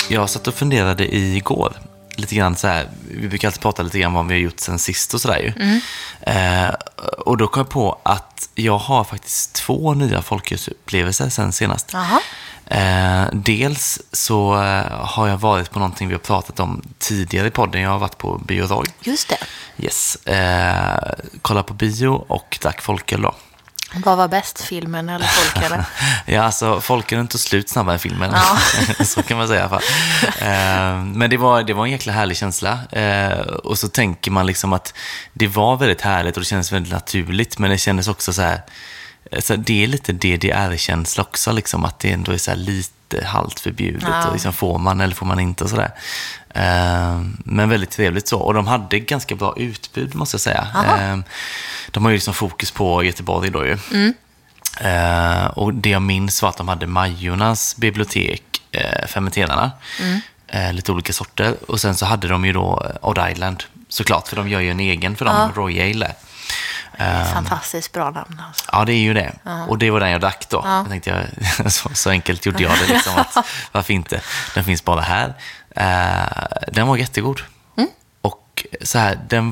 Jag satt och funderade igår lite grann så här, vi brukar alltid prata lite grann om vad vi har gjort sen sist och sådär ju. Och då kom jag på att jag har faktiskt 2 nya folkhusupplevelser sen senast. Dels så har jag varit på någonting vi har pratat om tidigare i podden. Jag har varit på Bio Roy. Just det. Yes. Kolla på bio och drack folköl då. Vad var bäst, filmen eller folkölen? Ja, alltså folkölen tog slut snabbare än filmen. Ja. Så kan man säga i alla fall. Men det var en jäkla härlig känsla. Och så tänker man liksom att det var väldigt härligt och det kändes väldigt naturligt. Men det kändes också så här, det är lite DDR-känsla också, liksom, att det ändå är så här lite halvt förbjudet. Och liksom, får man eller får man inte och sådär. Men väldigt trevligt så. Och de hade ganska bra utbud, måste jag säga. De har ju liksom fokus på Göteborg då ju. Och det jag minns var att de hade Majornas bibliotek, fermenterarna. Lite olika sorter. Och sen så hade de ju då Odd Island, såklart, för de gör ju en egen för dem, Royal. Fantastiskt bra namn alltså. Ja, det är ju det. Och det var den jag drack då. Jag tänkte, så enkelt gjorde jag det liksom, att varför inte? Den finns bara här. Den var jättegod. Och så här, den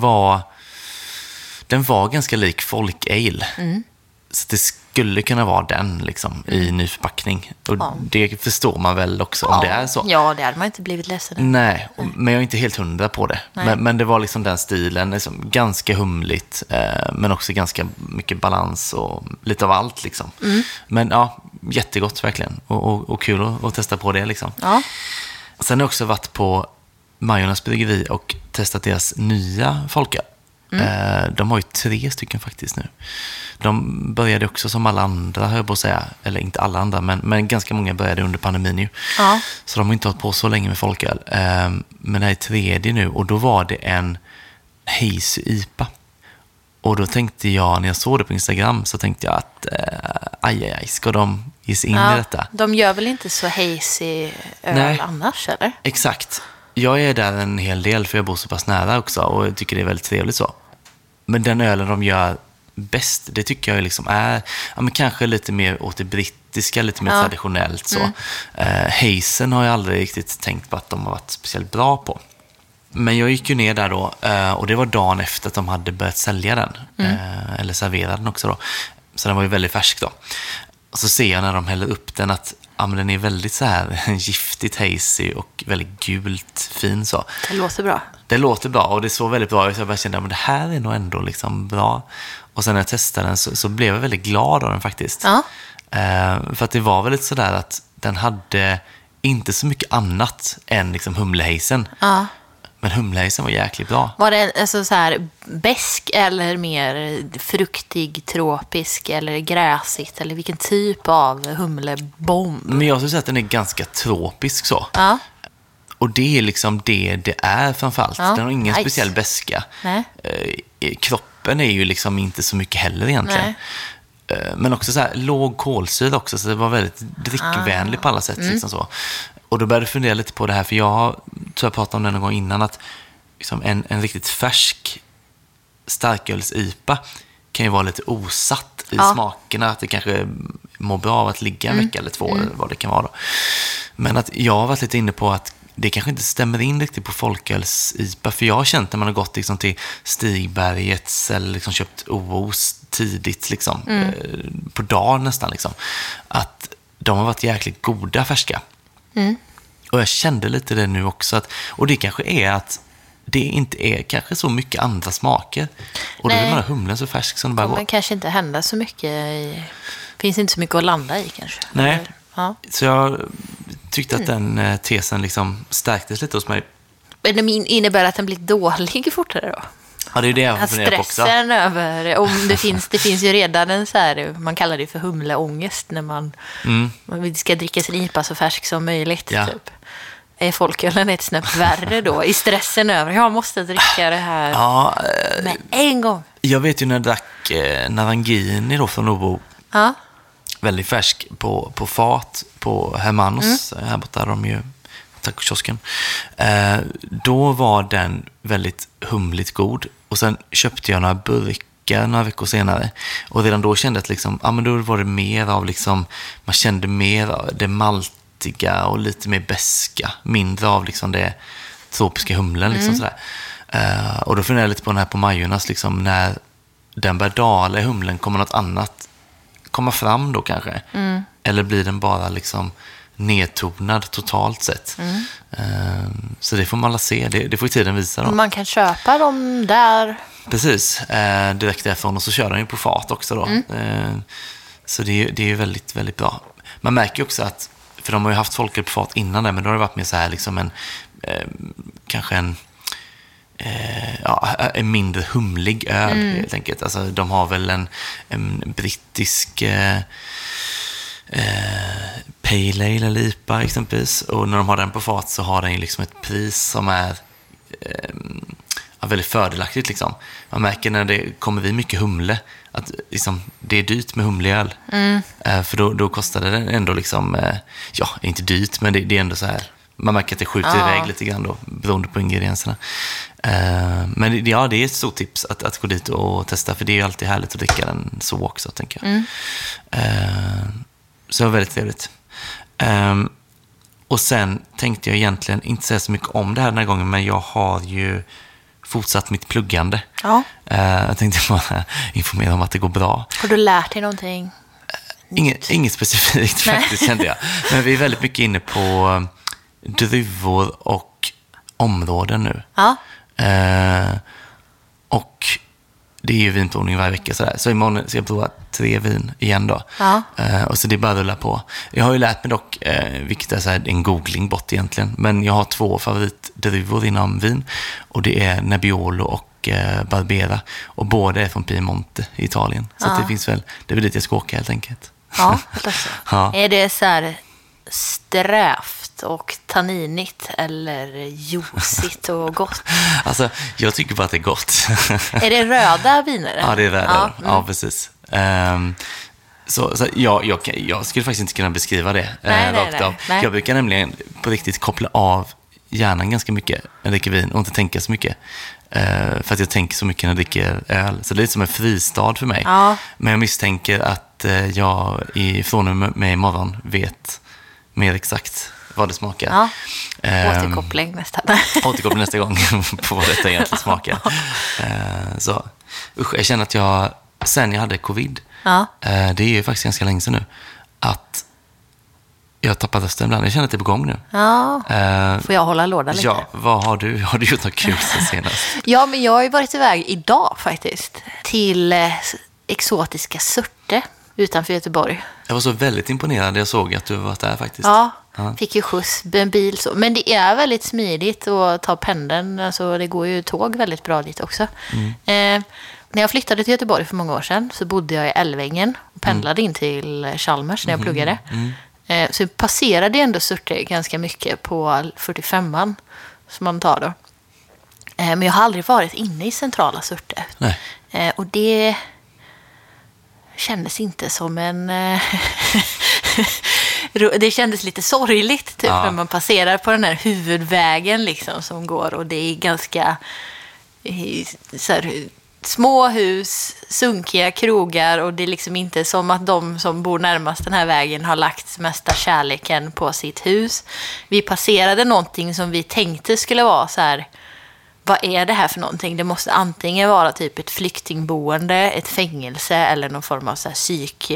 var ganska lik folk ale. Så det skulle kunna vara den liksom, i ny förpackning. Och det förstår man väl också om det är så. Ja, det hade man inte blivit ledsen. Nej, men jag är inte helt 100 på det. Men det var liksom den stilen, liksom, ganska humligt, men också ganska mycket balans och lite av allt liksom. Men ja, jättegott verkligen. Och kul att testa på det liksom. Sen har jag också varit på Majornas bryggeri och testat deras nya folköl. De har ju 3 stycken faktiskt nu. De började också som alla andra, hör jag på att säga. Eller inte alla andra, men ganska många började under pandemin ju. Så de har inte hållit på så länge med folköl. Men det här är 3:e nu. Och då var det en Hazy IPA. Och då tänkte jag, när jag såg det på Instagram, så tänkte jag att aj, ska de ge sig in i detta? De gör väl inte så hazy öl annars, eller? Exakt. Jag är där en hel del, för jag bor så pass nära också och jag tycker det är väldigt trevligt så. Men den ölen de gör bäst, det tycker jag liksom är men kanske lite mer åt det brittiska, lite mer traditionellt så. Hazen har jag aldrig riktigt tänkt på att de har varit speciellt bra på. Men jag gick ju ner där då, och det var dagen efter att de hade börjat sälja den. Eller servera den också då. Så den var ju väldigt färsk då. Och så ser jag när de häller upp den att den är väldigt så här giftigt hazy och väldigt gult fin så. Det låter bra. Det låter bra och det såg väldigt bra ut. Jag bara kände att det här är nog ändå liksom bra. Och sen när jag testade den så blev jag väldigt glad av den faktiskt. För att det var väldigt sådär att den hade inte så mycket annat än liksom humlehazen. Men humlehazen var jäkligt bra. Var det alltså så här besk eller mer fruktig, tropisk eller gräsigt? Eller vilken typ av humlebomb? Men jag skulle säga att den är ganska tropisk så. Och det är liksom det är framförallt. Den har ingen speciell beska. Kroppen är ju liksom inte så mycket heller egentligen. Men också så här låg kolsyra också, så det var väldigt drickvänlig på alla sätt liksom så. Och då började jag fundera lite på det här, för jag tror jag pratade om det någon gång innan, att liksom en riktigt färsk starköls-IPA kan ju vara lite osatt i smakerna, att det kanske mår bra av att ligga en vecka eller 2 eller vad det kan vara då. Men att jag har varit lite inne på att det kanske inte stämmer in riktigt på folköls-IPA, för jag har känt när man har gått liksom till Stigbergets eller liksom köpt OOs tidigt liksom, på dagen nästan liksom, att de har varit jäkligt goda färska. Och jag kände lite det nu också, och det kanske är att det inte är kanske så mycket andra smaker, och då vill man ha humlen så färsk som det bara går. Men kanske inte hända så mycket finns inte så mycket att landa i kanske. Nej, så jag tyckte att den tesen liksom stärktes lite hos mig. Men det innebär att den blir dålig fortare då? Ja, det är det jag funderar på också. Stressen över, om det finns ju redan en så här, man kallar det för humleångest när man ska dricka sin IPA så färsk som möjligt. Typ. Är folkölen ett snäpp värre då i stressen över, jag måste dricka det här med en gång? Jag vet ju när jag drack Narangini då från Novo, väldigt färsk på fat på Hermanos, här borta där de ju tacokiosken. Då var den väldigt humligt god. Och sen köpte jag några burkar några veckor senare. Och redan då kände jag att liksom, men då var det mer av liksom, man kände mer av det fruktiga och lite mer beska. Mindre av liksom det tropiska humlen. Liksom sådär. Och då funderar jag lite på den här på Majornas, liksom, när den börjar dala i humlen, kommer något annat komma fram då kanske? Eller blir den bara liksom nedtonad totalt sett? Så det får man alla se. Det får ju tiden visa då. Man kan köpa dem där. Precis, direkt därifrån, och så kör den ju på fat också då. Så det är ju väldigt, väldigt bra. Man märker ju också att, för de har ju haft folköl på fat innan det, men då har det varit mer så här liksom kanske en mindre humlig öl helt enkelt. Alltså, de har väl en brittisk pale ale eller IPA exempelvis, och när de har den på fat så har den ju liksom ett pris som är väldigt fördelaktigt liksom. Man märker när det kommer vid mycket humle att liksom, det är dyrt med humleöl. För då kostade det ändå liksom, inte dyrt, men det är ändå så här, man märker att det skjuter iväg lite grann då, beroende på ingredienserna. Men det är ett stort tips att gå dit och testa, för det är ju alltid härligt att dricka den så också, tänker jag. Så det var väldigt trevligt. Och sen tänkte jag egentligen inte säga så mycket om det här den här gången, men jag har ju fortsatt mitt pluggande. Jag tänkte bara informera om att det går bra. Har du lärt dig någonting? Inget specifikt faktiskt, kände jag. Men vi är väldigt mycket inne på druvor och områden nu. Och det är ju vinprovning varje vecka sådär. Så imorgon ska jag prova 3 vin igen då. Och så det bara rullar på. Jag har ju lärt mig dock, vilket är så här, en googling bort egentligen, men jag har 2 favoritdruvor inom vin, och det är Nebbiolo och Barbera, och båda är från Piemonte i Italien. Så att det finns väl, det är väl dit jag ska åka helt enkelt. Är det så här strävt och tanninigt eller juicigt och gott? Alltså, jag tycker bara att det är gott. Är det röda viner? Ja, det är röda. Ja, precis. Så jag skulle faktiskt inte kunna beskriva det rakt av. Jag brukar nämligen på riktigt koppla av hjärnan ganska mycket när jag dricker vin och inte tänka så mycket. För att jag tänker så mycket när jag dricker öl. Så det är lite som en fristad för mig. Men jag misstänker att jag från och med imorgon vet mer exakt vad det smakar. Återkoppling nästa gång på vad detta egentligen smakar. Så jag känner att sen jag hade covid, det är ju faktiskt ganska länge sedan nu, att jag tappade rösten ibland. Jag känner att det är på gång nu. Får jag hålla låda lite? Ja, vad har du gjort något kul sen senast? Ja, men jag har ju varit iväg idag faktiskt till exotiska Surte utanför Göteborg. Jag var så väldigt imponerad. Jag såg att du var där faktiskt. Fick ju skjuts med en bil. Så. Men det är väldigt smidigt att ta pendeln. Alltså, det går ju tåg väldigt bra dit också. När jag flyttade till Göteborg för många år sedan så bodde jag i Älvängen och pendlade in till Chalmers när jag pluggade. Så jag passerade ändå Surte ganska mycket på 45an som man tar då. Men jag har aldrig varit inne i centrala Surte. Och det kändes inte som en... Det kändes lite sorgligt typ, när man passerar på den här huvudvägen liksom, som går, och det är ganska så här, små hus, sunkiga krogar, och det är liksom inte som att de som bor närmast den här vägen har lagt mesta kärleken på sitt hus. Vi passerade någonting som vi tänkte skulle vara så här, vad är det här för någonting? Det måste antingen vara typ ett flyktingboende, ett fängelse eller någon form av så här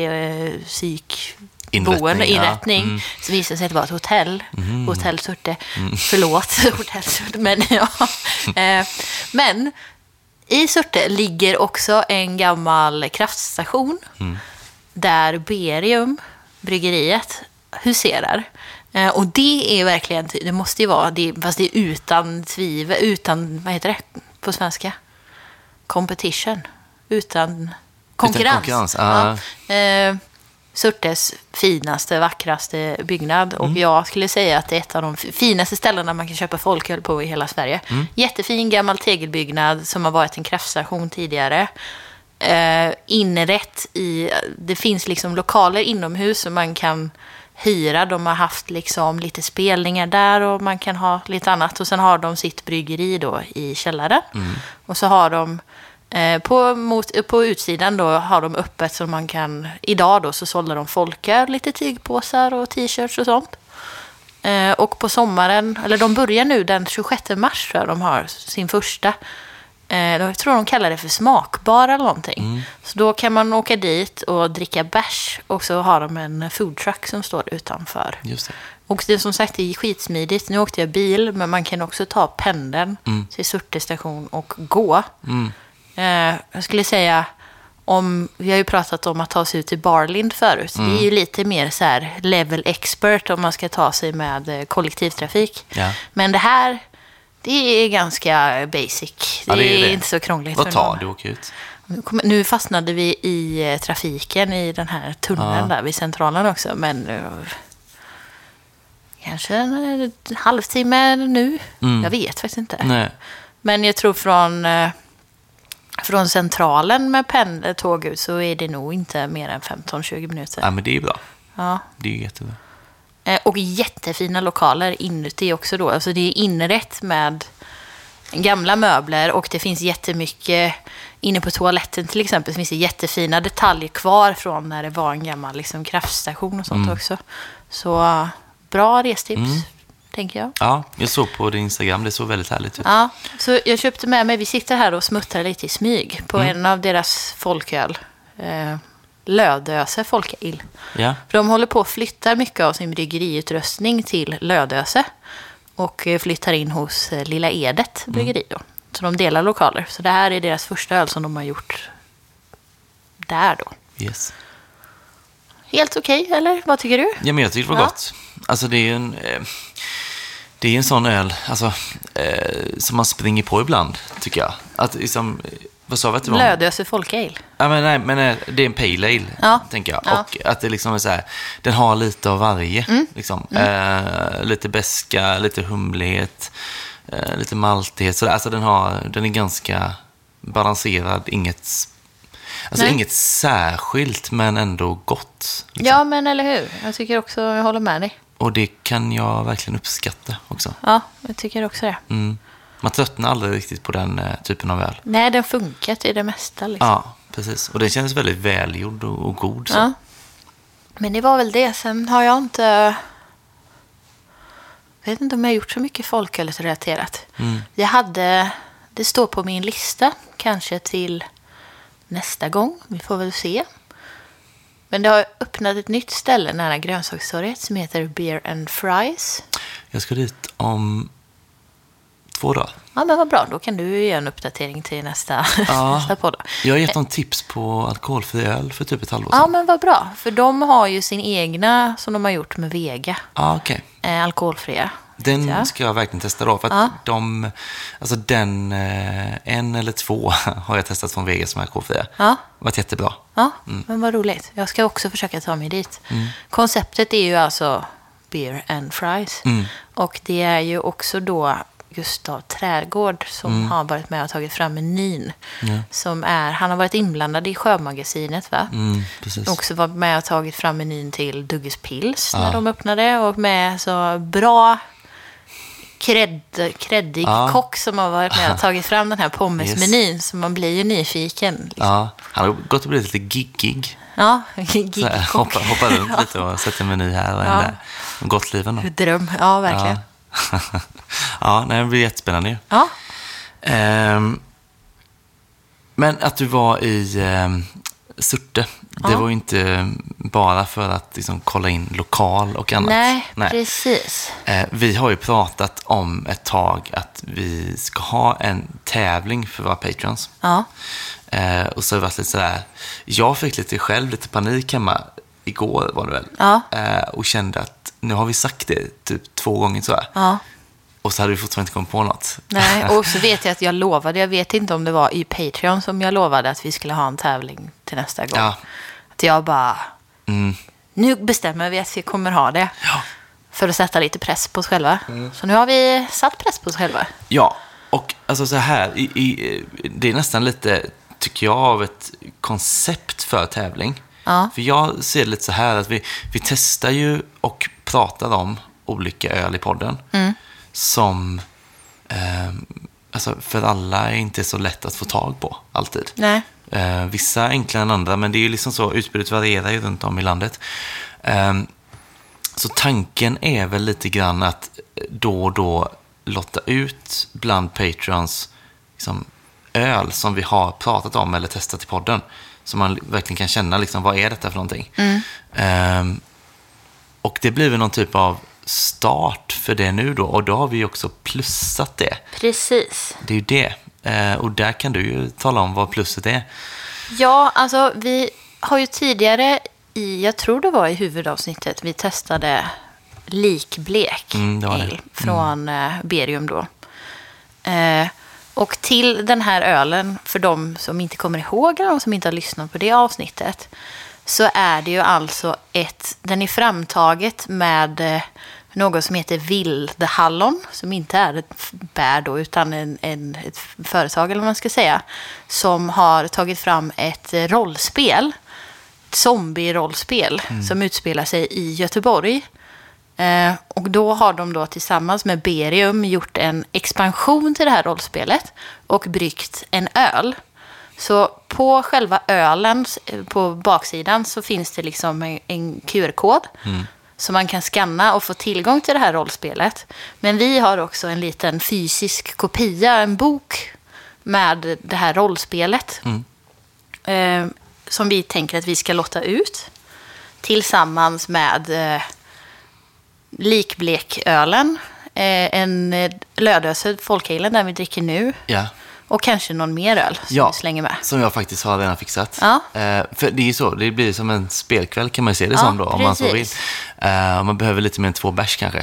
inrättning. Så visade sig att det var ett hotell. Hotell Surte. Förlåt, Hotell Surte. Men men i Surte ligger också en gammal kraftstation där Berium, bryggeriet, huserar. Och det är verkligen, det måste ju vara, fast det är utan tvivel, utan, vad heter det på svenska? Competition. Utan konkurrens. Surtes finaste, vackraste byggnad. Och jag skulle säga att det är ett av de finaste ställena man kan köpa folköl på i hela Sverige. Jättefin gammal tegelbyggnad som har varit en kraftstation tidigare. Inrätt i, det finns liksom lokaler inomhus som man kan hyra. De har haft liksom lite spelningar där och man kan ha lite annat. Och sen har de sitt bryggeri då i källaren. Och så har de på utsidan då har de öppet så man kan, idag då så sålde de folköl, lite tygpåsar och t-shirts och sånt. Och på sommaren, eller de börjar nu den 26 mars tror jag de har sin första. Jag tror de kallar det för smakbar eller någonting. Så då kan man åka dit och dricka bärs. Och så har de en foodtruck som står utanför. Just det. Och det som sagt är skitsmidigt. Nu åkte jag bil, men man kan också ta pendeln till Surte station och gå. Jag skulle säga, vi har ju pratat om att ta sig ut till Barlind förut. Det är ju lite mer så här level expert om man ska ta sig med kollektivtrafik. Ja. Men det här, det är ganska basic. Det är inte så krångligt. Vad tar du och ut? Nu fastnade vi i trafiken i den här tunneln där vid centralen också. Men kanske en halvtimme nu. Jag vet faktiskt inte. Nej. Men jag tror från centralen med pendeltåg ut så är det nog inte mer än 15-20 minuter. Ja, men det är bra. Ja. Det är ju jättebra. Och jättefina lokaler inuti också då. Alltså det är inrätt med gamla möbler och det finns jättemycket inne på toaletten till exempel. Så finns det jättefina detaljer kvar från när det var en gammal liksom, kraftstation och sånt också. Så bra restips, tänker jag. Ja, jag såg på din Instagram. Det såg väldigt härligt ut. Ja, så jag köpte med mig. Vi sitter här och smuttrar lite i smyg på en av deras folköl. Lödöse folköl. Ja. För de håller på att flytta mycket av sin bryggeriutrustning till Lödöse. Och flyttar in hos Lilla Edet bryggeri då. Så de delar lokaler. Så det här är deras första öl som de har gjort där då. Yes. Helt okej, eller? Vad tycker du? Ja, men jag tycker det var gott. Alltså det är ju en sån öl alltså, som man springer på ibland, tycker jag. Att liksom, vad sa vi att det var? Lödöse folköl. Ja, men det är en pale ale, tänker jag. Ja. Och att det liksom är så här, den har lite av varje. Liksom. Lite beska, lite humlighet, lite maltighet. Så alltså den är ganska balanserad, inget särskilt, men ändå gott. Liksom. Ja, men eller hur? Jag tycker också, jag håller med dig. Och det kan jag verkligen uppskatta också. Ja, jag tycker också det. Man tröttnar aldrig riktigt på den typen av öl. Nej, den funkar till det mesta. Liksom. Ja, precis. Och den känns väldigt välgjord och god. Så. Ja. Men det var väl det. Sen har jag inte... Jag vet inte om jag har gjort så mycket folkölsrelaterat. Det står på min lista, kanske till nästa gång. Vi får väl se. Men det har öppnat ett nytt ställe nära grönsakstorget som heter Beer and Fries. Jag ska dit om 2 dagar. Ja, men vad bra. Då kan du göra en uppdatering till nästa podd. Jag har gett dem tips på alkoholfri öl för typ ett halvår sedan. Ja, men vad bra. För de har ju sin egna som de har gjort med Vega. Ja, okej. Alkoholfria. Den ska jag verkligen testa då. För att en eller 2 har jag testat från Vega som är alkoholfria. Ja. Det har varit jättebra. Ja, men vad roligt. Jag ska också försöka ta mig dit. Konceptet är ju alltså Beer and Fries. Och det är ju också då Gustav Trädgård som har varit med och tagit fram menyn. Han har varit inblandad i Sjömagasinet, va? Precis. Också varit med och tagit fram menyn till Dugges Pils när de öppnade. Och med så bra kreddig kock som har varit med och tagit fram den här pommesmenyn. Så man blir ju nyfiken. Liksom. Ja, han har gått och blivit lite giggig. Ja, giggkock. Hoppa runt lite och sätta en meny här och en där. Gott liv ändå. Dröm, ja verkligen. Ja, det blir jättespännande. Ja. Men att du var i Surte, det var ju inte bara för att liksom kolla in lokal och annat. Nej. Precis. Vi har ju pratat om ett tag att vi ska ha en tävling för våra patrons. Ja. Och så har det varit lite sådär, jag fick lite panik hemma igår var det väl. Ja. Och kände att nu har vi sagt det typ 2 gånger så här. Ja. Och så hade vi fortfarande inte kommit på något. Nej, och så vet jag att jag lovade, jag vet inte om det var i Patreon som jag lovade att vi skulle ha en tävling till nästa gång. Ja. Att jag bara, nu bestämmer vi att vi kommer ha det. Ja. För att sätta lite press på oss själva. Så nu har vi satt press på oss själva. Ja, och alltså så här, det är nästan lite, tycker jag, av ett koncept för tävling. Ja. För jag ser det lite så här att vi testar ju och pratar om olika öl i podden. Som alltså för alla är inte så lätt att få tag på alltid. Nej. Vissa enklare än andra, men det är ju liksom så, utbudet varierar ju runt om i landet. Så tanken är väl lite grann att då och då lotta ut bland Patreons liksom, öl som vi har pratat om eller testat i podden. Så man verkligen kan känna liksom, vad är detta för någonting. Och det blir väl någon typ av start för det nu då. Och då har vi också plussat det. Precis. Det är ju det. Och där kan du ju tala om vad plusset är. Ja, alltså vi har ju tidigare jag tror det var i huvudavsnittet, vi testade likblek från Berium då. Och till den här ölen, för de som inte kommer ihåg eller de som inte har lyssnat på det avsnittet, så är det ju alltså den är framtaget med något som heter Vildehallon, som inte är ett bär då, utan ett företag eller vad man ska säga, som har tagit fram ett rollspel, ett zombie-rollspel som utspelar sig i Göteborg. Och då har de då tillsammans med Berium gjort en expansion till det här rollspelet och bryggt en öl. Så på själva ölen, på baksidan, så finns det liksom en QR-kod så man kan scanna och få tillgång till det här rollspelet. Men vi har också en liten fysisk kopia, en bok med det här rollspelet som vi tänker att vi ska lotta ut tillsammans med likblekölen, en lödösad folkhejlen där vi dricker nu. Ja. Och kanske någon mer öl som vi slänger med. Som jag faktiskt har redan fixat. Ja. För det är ju så, det blir som en spelkväll kan man se det som då, om man så vill. Man behöver lite mer än 2 bärs kanske.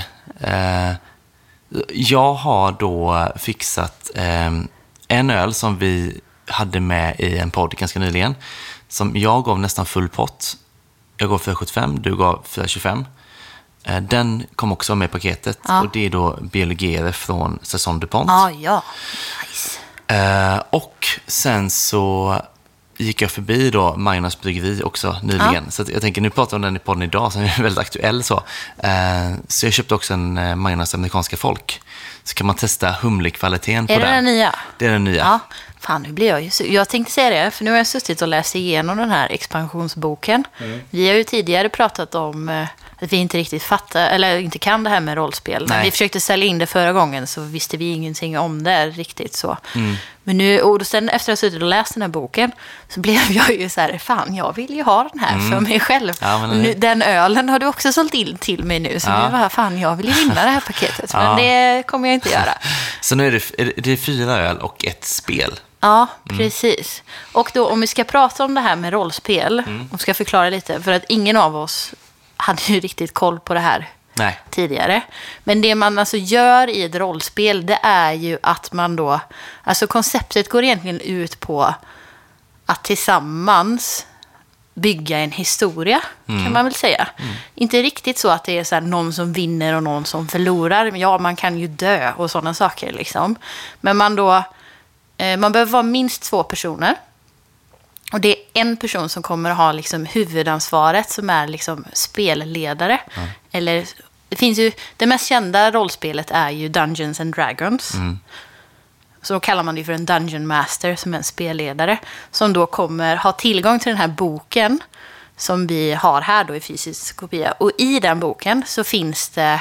Jag har då fixat en öl som vi hade med i en podd ganska nyligen. Som jag gav nästan full pott. Jag gav 4,75, du gav 4,25. Den kom också med i paketet. Och det är då biologier från Saison DuPont. Ja. Nice. Och sen så gick jag förbi då Magnus bryggeri också nyligen. Så jag tänker, nu pratar om den i podden idag som är väldigt aktuell så. Så jag köpte också en Magnus amerikanska folk. Så kan man testa humlekvaliteten på den. Är det den nya? Det är den nya. Ja. Fan, nu blir jag ju... Jag tänkte säga det, för nu har jag suttit och läst igenom den här expansionsboken. Vi har ju tidigare pratat om att vi inte riktigt fattar, eller inte kan det här med rollspel. När vi försökte sälja in det förra gången så visste vi ingenting om det riktigt så. Men nu, och sen efter att ha suttit och läst den här boken så blev jag ju så här, fan, jag vill ju ha den här för mig själv. Ja, nu, den ölen har du också sålt in till mig nu, så nu var fan, jag vill ju vinna det här paketet. Men det kommer jag inte göra. Så nu är det 4 öl och 1 spel. Ja, precis. Och då om vi ska prata om det här med rollspel och ska förklara lite, för att ingen av oss hade ju riktigt koll på det här tidigare. Men det man alltså gör i ett rollspel, det är ju att man då, alltså konceptet går egentligen ut på att tillsammans bygga en historia, kan man väl säga. Inte riktigt så att det är så här någon som vinner och någon som förlorar. Ja, man kan ju dö och sådana saker liksom. Men man behöver vara minst 2 personer. Och det är en person som kommer att ha liksom huvudansvaret som är liksom spelledare. Eller det finns ju, det mest kända rollspelet är ju Dungeons and Dragons. Så då kallar man det för en Dungeon Master som är en spelledare. Som då kommer ha tillgång till den här boken som vi har här då i fysisk kopia. Och i den boken så finns det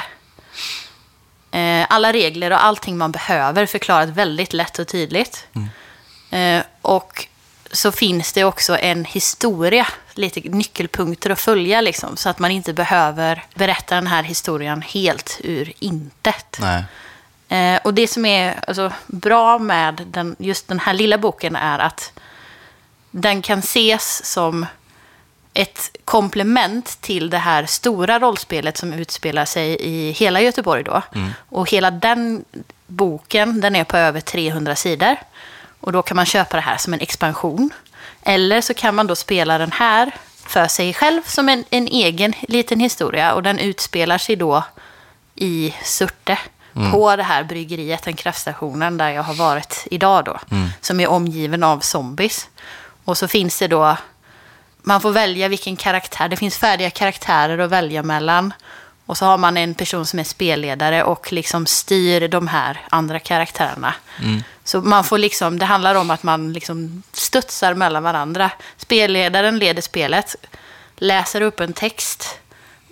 alla regler och allting man behöver förklarat väldigt lätt och tydligt. Och så finns det också en historia, lite nyckelpunkter att följa liksom, så att man inte behöver berätta den här historien helt ur intet. Och det som är alltså bra med just den här lilla boken är att den kan ses som ett komplement till det här stora rollspelet som utspelar sig i hela Göteborg då. Och hela den boken, den är på över 300 sidor. Och då kan man köpa det här som en expansion. Eller så kan man då spela den här för sig själv som en egen liten historia. Och den utspelar sig då i Surte. På det här bryggeriet, den kraftstationen där jag har varit idag då. Som är omgiven av zombies. Och så finns det då, man får välja vilken karaktär. Det finns färdiga karaktärer att välja mellan. Och så har man en person som är spelledare och liksom styr de här andra karaktärerna. Så man får liksom, det handlar om att man liksom studsar mellan varandra. Spelledaren leder spelet, läser upp en text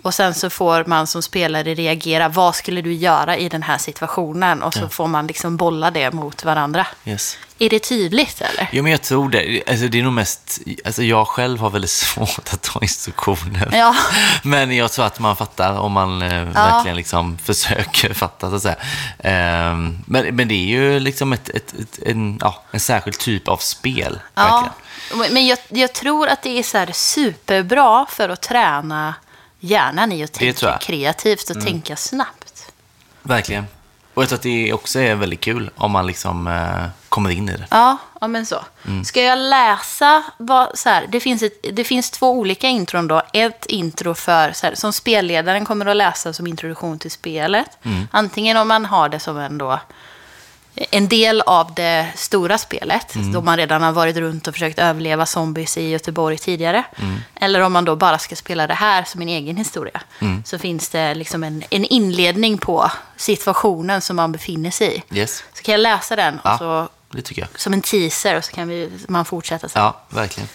Och sen så får man som spelare reagera. Vad skulle du göra i den här situationen? Och så får man liksom bolla det mot varandra. Yes. Är det tydligt eller? Jo, men jag tror det. Alltså, det är nog mest... Alltså, jag själv har väldigt svårt att ta instruktioner. Ja. Men jag tror att man fattar om man verkligen liksom försöker fatta, så att säga. Men det är ju liksom en särskild typ av spel. Ja. Men jag tror att det är så här superbra för att träna hjärnan i att tänka kreativt och tänka snabbt. Verkligen. Och jag tror att det också är väldigt kul om man liksom kommer in i det. Ja, men så. Ska jag läsa så här, det finns 2 olika intron då. Ett intro för så här, som spelledaren kommer att läsa som introduktion till spelet. Antingen om man har det som en del av det stora spelet, då man redan har varit runt och försökt överleva zombies i Göteborg tidigare. Eller om man då bara ska spela det här som en egen historia. Så finns det liksom en inledning på situationen som man befinner sig i. Yes. Så kan jag läsa den och så, det tycker jag. som en teaser, och så kan man fortsätta sen. Ja, verkligen.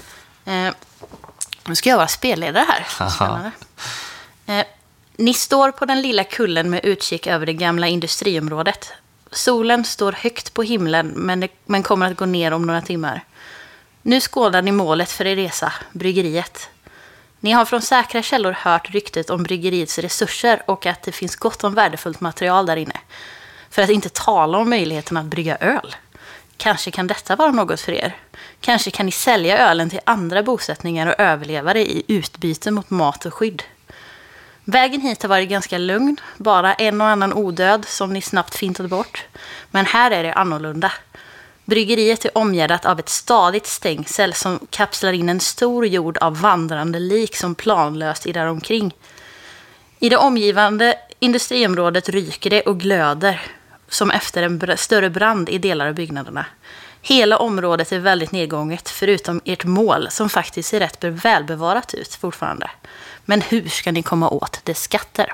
Nu ska jag vara spelledare här. Spännande. Ni står på den lilla kullen med utkik över det gamla industriområdet. Solen står högt på himlen men kommer att gå ner om några timmar. Nu skådar ni målet för er resa, bryggeriet. Ni har från säkra källor hört ryktet om bryggeriets resurser och att det finns gott om värdefullt material där inne. För att inte tala om möjligheten att brygga öl. Kanske kan detta vara något för er. Kanske kan ni sälja ölen till andra bosättningar och överlevare i utbyte mot mat och skydd. Vägen hit har varit ganska lugn, bara en och annan odöd som ni snabbt fintade bort. Men här är det annorlunda. Bryggeriet är omgärdat av ett stadigt stängsel som kapslar in en stor jord av vandrande lik som planlöst är där omkring. I det omgivande industriområdet ryker det och glöder som efter en större brand i delar av byggnaderna. Hela området är väldigt nedgånget förutom ert mål som faktiskt ser rätt välbevarat ut fortfarande. Men hur ska ni komma åt dess skatter?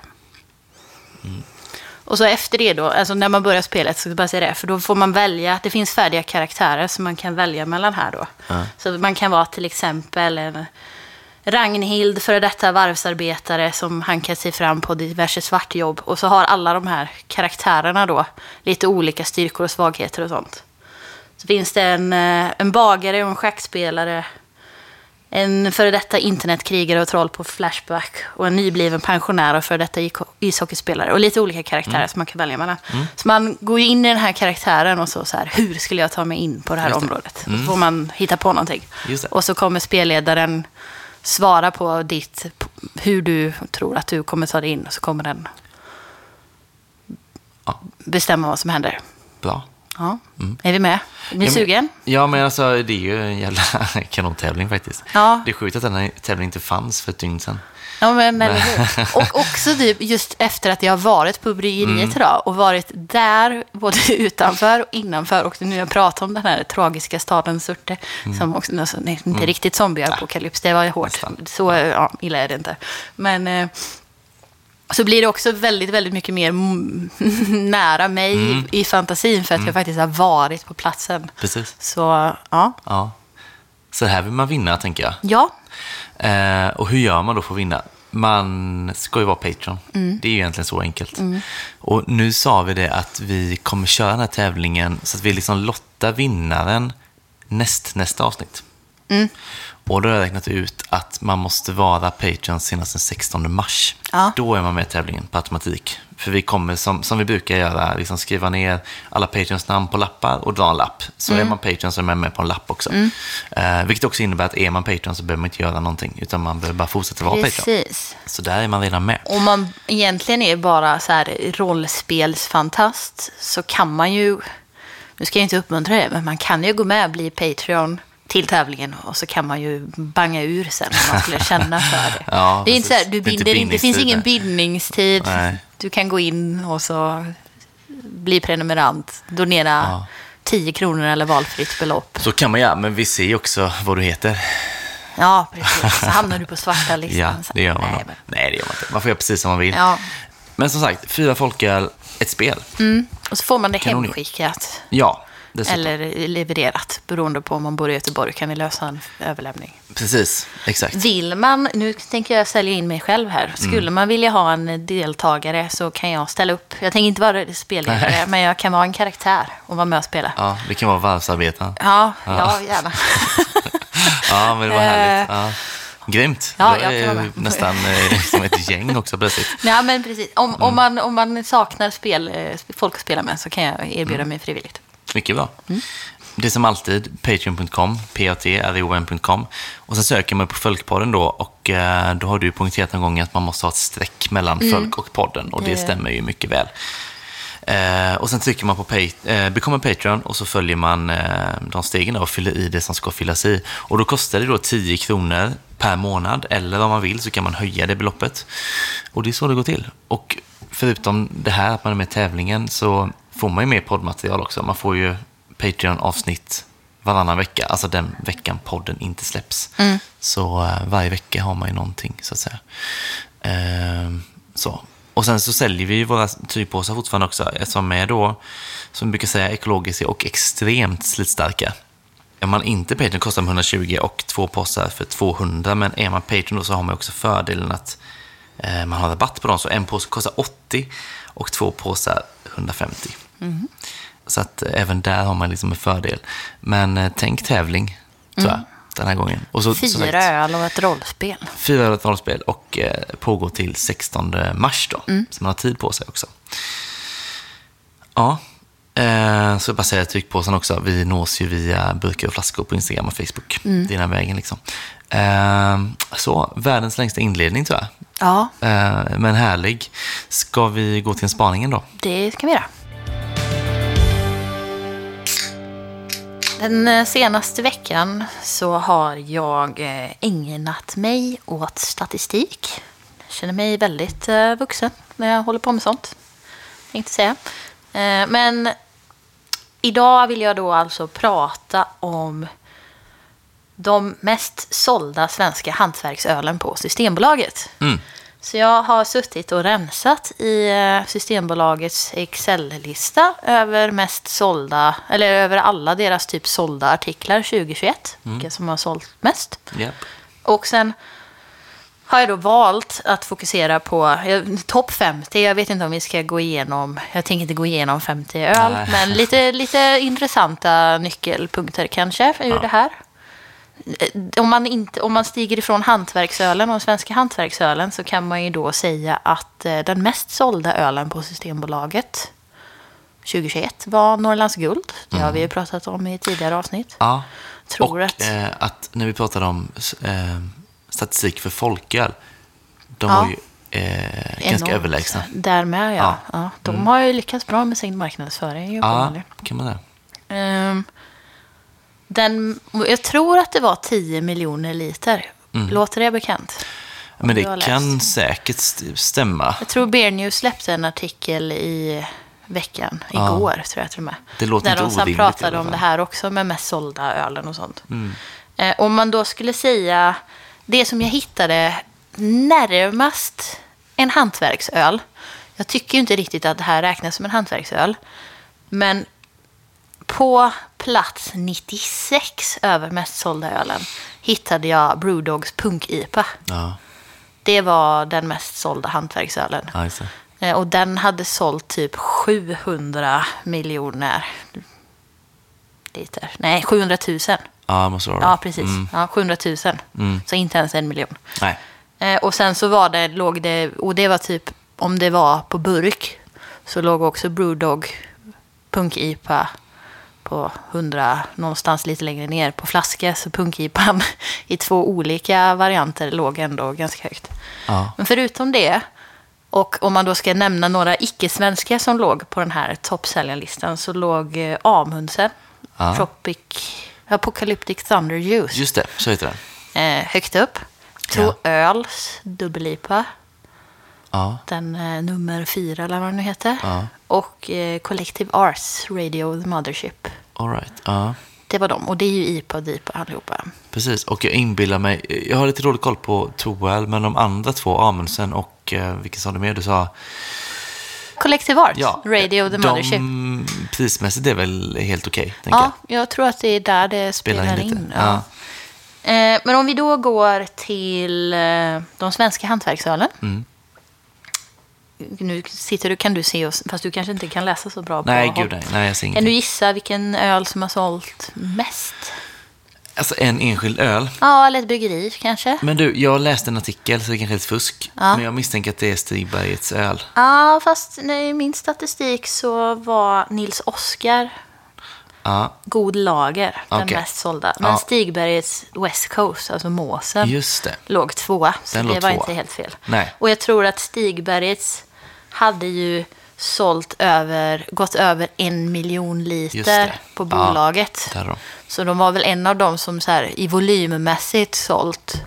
Och så efter det då, alltså när man börjar spelet så bara säga det, för då får man välja, det finns färdiga karaktärer som man kan välja mellan här då. Så man kan vara till exempel en Ragnhild, före detta varvsarbetare som hankar sig fram på diverse svartjobb. Och så har alla de här karaktärerna då lite olika styrkor och svagheter och sånt. Så finns det en bagare och en schackspelare, en före detta internetkrigare och troll på Flashback och en nybliven pensionär och före detta ishockeyspelare och lite olika karaktärer som man kan välja mellan. Så man går ju in i den här karaktären och så här, hur skulle jag ta mig in på det här området? Så får man hitta på någonting. Och så kommer spelledaren svara på hur du tror att du kommer ta dig in, och så kommer den bestämma vad som händer. Bra. Ja. Är vi med? Är ni sugen? Ja, men alltså det är ju en jävla kanontävling faktiskt. Ja. Det är sjukt att den här tävlingen inte fanns för ett dygn sedan. Ja, men eller hur? Och också typ just efter att jag har varit på bryggeriet idag och varit där både utanför och innanför, och nu har jag pratat om den här tragiska staden Surte som också, alltså, inte riktigt zombieapokalyps, det var hårt. Så illa är det inte. Men så blir det också väldigt, väldigt mycket mer nära mig i fantasin för att jag faktiskt har varit på platsen. Precis. Så, ja. Så här vill man vinna, tänker jag. Ja. Och hur gör man då för att vinna? Man ska ju vara Patreon. Det är ju egentligen så enkelt. Och nu sa vi det att vi kommer köra den här tävlingen så att vi liksom lottar vinnaren nästa avsnitt. Och då har jag räknat ut att man måste vara Patreon senast den 16 mars. Ja. Då är man med i tävlingen på automatik. För vi kommer, som vi brukar göra, liksom skriva ner alla Patreons namn på lappar och dra en lapp. Så är man Patreon så är man med på en lapp också. Vilket också innebär att är man Patreon så behöver man inte göra någonting, utan man behöver bara fortsätta vara Patreon. Så där är man redan med. Om man egentligen är bara så här rollspelsfantast, så kan man ju, nu ska jag inte uppmuntra det, men man kan ju gå med och bli Patreon till tävlingen, och så kan man ju banga ur sen om man skulle känna för det. Ja, det är inte så här, det finns ingen bindningstid. Nej. Du kan gå in och så bli prenumerant, donera 10 kronor eller valfritt belopp. Så kan man göra, men vi ser ju också vad du heter. Ja, precis. Så hamnar du på svarta listan. Ja, det gör man. Nej, det gör man inte. Man får göra precis som man vill. Ja. Men som sagt, 4 folköl, ett spel. Och så får man det hemskickat. Ja. Eller levererat, beroende på om man bor i Göteborg kan vi lösa en överlämning. Precis, exakt. Vill man, nu tänker jag sälja in mig själv här, skulle man vilja ha en deltagare så kan jag ställa upp. Jag tänker inte vara spelledare, men jag kan vara en karaktär och vara med och spela. Ja, det kan vara varvsarbetare. Ja, gärna. Ja, men det var härligt. Ja. Grymt. Ja, jag är nästan som ett gäng också plötsligt. Ja, men precis. Om man saknar folk att spela med så kan jag erbjuda mig frivilligt. Mycket bra. Det är som alltid patreon.com, patreon.com. Och sen söker man på Folkpodden då, och då har du poängterat en gång att man måste ha ett streck mellan Folk och podden, och det stämmer ju mycket väl. Och sen trycker man på Become a Patreon, och så följer man de stegen och fyller i det som ska fyllas i. Och då kostar det då 10 kronor per månad, eller om man vill så kan man höja det beloppet. Och det är så det går till. Och förutom det här att man är med i tävlingen så får man ju med poddmaterial också. Man får ju Patreon-avsnitt varannan vecka, alltså den veckan podden inte släpps. Så varje vecka har man ju någonting, så att säga. Så. Och sen så säljer vi våra tygpåsar fortfarande också, som är då, som vi brukar säga, ekologiska och extremt slitstarka. Är man inte Patreon kostar de 120 och 2 påsar för 200, men är man Patreon då så har man också fördelen att man har rabatt på dem. Så en påse kostar 80 och 2 påsar 150. Så att även där har man liksom en fördel. Men tänk tävling, tror jag, den här gången. Och så, 4 öl och ett rollspel. 4 öl och ett rollspel, och pågår till 16 mars då. Så man har tid på sig också. Ja, så jag bara säga tryckpåsen också. Vi nås ju via burkar och flaskor på Instagram och Facebook. Det är den vägen liksom. Så, världens längsta inledning tror jag. Ja. Men härlig. Ska vi gå till en spaningen då? Det kan vi göra. Den senaste veckan så har jag ägnat mig åt statistik. Jag känner mig väldigt vuxen när jag håller på med sånt. Tänkte säga. Men idag vill jag då alltså prata om de mest sålda svenska hantverksölen på Systembolaget. Så jag har suttit och rensat i Systembolagets Excel-lista över mest sålda, eller över alla deras typ sålda artiklar 2021, vilka som har sålt mest. Yep. Och sen har jag då valt att fokusera på topp 50. Jag vet inte om vi ska gå igenom, jag tänker inte gå igenom 50 öl, men lite intressanta nyckelpunkter kanske ur det här. Om man stiger ifrån hantverksölen och svenska hantverksölen så kan man ju då säga att den mest sålda ölen på Systembolaget 2021 var Norrlands Guld. Det har vi ju pratat om i tidigare avsnitt. Ja, tror och att när vi pratade om statistik för folköl, de var ju ganska överlägsna. Därmed, ja. De har ju lyckats bra med sin marknadsföring. Ja, kan man det. Jag tror att det var 10 miljoner liter. Låter det bekant? Men det kan säkert stämma. Jag tror Beer News släppte en artikel i veckan, igår tror jag till och med. Det låter där inte de sen pratade om det här också med mest sålda ölen och sånt. Om man då skulle säga det som jag hittade närmast en hantverksöl. Jag tycker ju inte riktigt att det här räknas som en hantverksöl. Men på plats 96 över mest sålda ölen hittade jag Brewdogs Punk-IPA. Ja. Det var den mest sålda hantverksölen. Ja, och den hade sålt typ 700 miljoner liter. Nej, 700 000. Ja, måste vara det. Ja, precis. Ja, 700 000. Så inte ens 1 miljon. Nej. Och sen så låg det, och det var typ, om det var på burk, så låg också Brewdog Punk-IPA på 100, någonstans lite längre ner på flaska. Så Punk-IPAn i 2 olika varianter låg ändå ganska högt. Ja. Men förutom det, och om man då ska nämna några icke-svenska som låg på den här toppsäljarlistan, så låg Amundsen, Tropic Apocalyptic Thunder Juice. Just det, så heter den. Högt upp. Öls dubbel-IPA. Ja. Den nummer 4 eller vad den nu heter. Ja. Och Collective Arts Radio The Mothership. All right. Ja. Det var de. Och det är ju IPA och DIPA allihopa. Precis. Och jag inbillar mig, jag har lite dålig koll på Toal, men de andra 2, Amundsen och vilken sa du mer? Du sa Collective Arts, Radio the Mothership. Prismässigt är väl helt okej, ja, jag tror att det är där det spelar in. Ja. Men om vi då går till de svenska hantverksölen. Nu kan du se oss, fast du kanske inte kan läsa så bra. Nej, gud nej, jag ser ingenting. Kan du gissa vilken öl som har sålt mest? Alltså en enskild öl? Ja, eller ett bryggeri kanske. Men du, jag läste en artikel så det kanske är ett fusk. Ja. Men jag misstänker att det är Stigbergets öl. Ja, fast i min statistik så var Nils Oskar God Lager den mest sålda. Men Stigbergets West Coast, alltså Måsen, just det, låg 2. Så det var inte helt fel. Nej. Och jag tror att Stigbergets hade ju gått över 1 miljon liter på bolaget. Ja, så de var väl en av dem som så här, i volymmässigt sålt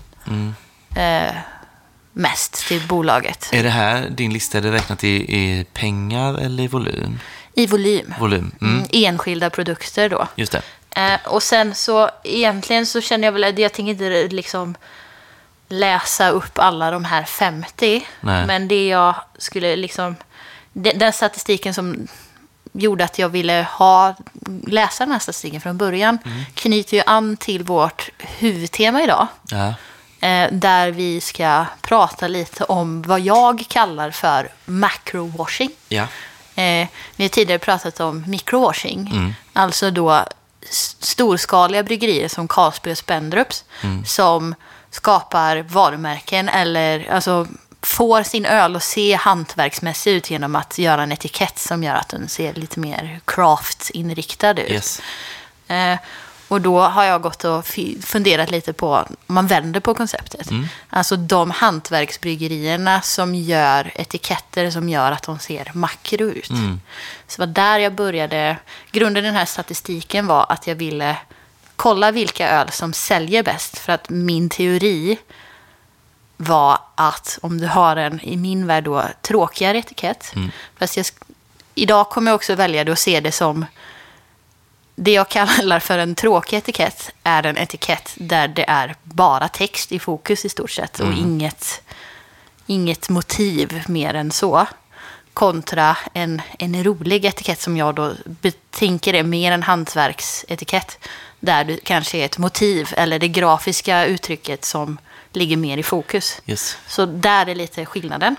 mest till bolaget. Är det här din lista, är det räknat i pengar eller i volym? I volym. Enskilda produkter då. Just det. Och sen så egentligen så känner jag väl att jag tänker inte liksom läsa upp alla de här 50. Nej. Men det jag skulle liksom... Den statistiken som gjorde att jag ville läsa den här statistiken från början knyter ju an till vårt huvudtema idag. Ja. Där vi ska prata lite om vad jag kallar för macrowashing. Ja. Vi har tidigare pratat om microwashing. Alltså då storskaliga bryggerier som Carlsberg och Spendrups som skapar varumärken eller alltså får sin öl att se hantverksmässig ut genom att göra en etikett som gör att den ser lite mer craft-inriktad ut. Yes. Och då har jag gått och funderat lite på om man vänder på konceptet. Alltså de hantverksbryggerierna som gör etiketter som gör att de ser makro ut. Så det var där jag började. Grunden i den här statistiken var att jag ville kolla vilka öl som säljer bäst. För att min teori var att om du har en, i min värld då, tråkigare etikett. Fast idag kommer jag också välja att se det som det jag kallar för en tråkig etikett är en etikett där det är bara text i fokus i stort sett och inget motiv mer än så. Kontra en rolig etikett som jag då tänker är mer en hantverksetikett där det kanske är ett motiv eller det grafiska uttrycket som ligger mer i fokus. Yes. Så där är lite skillnaden.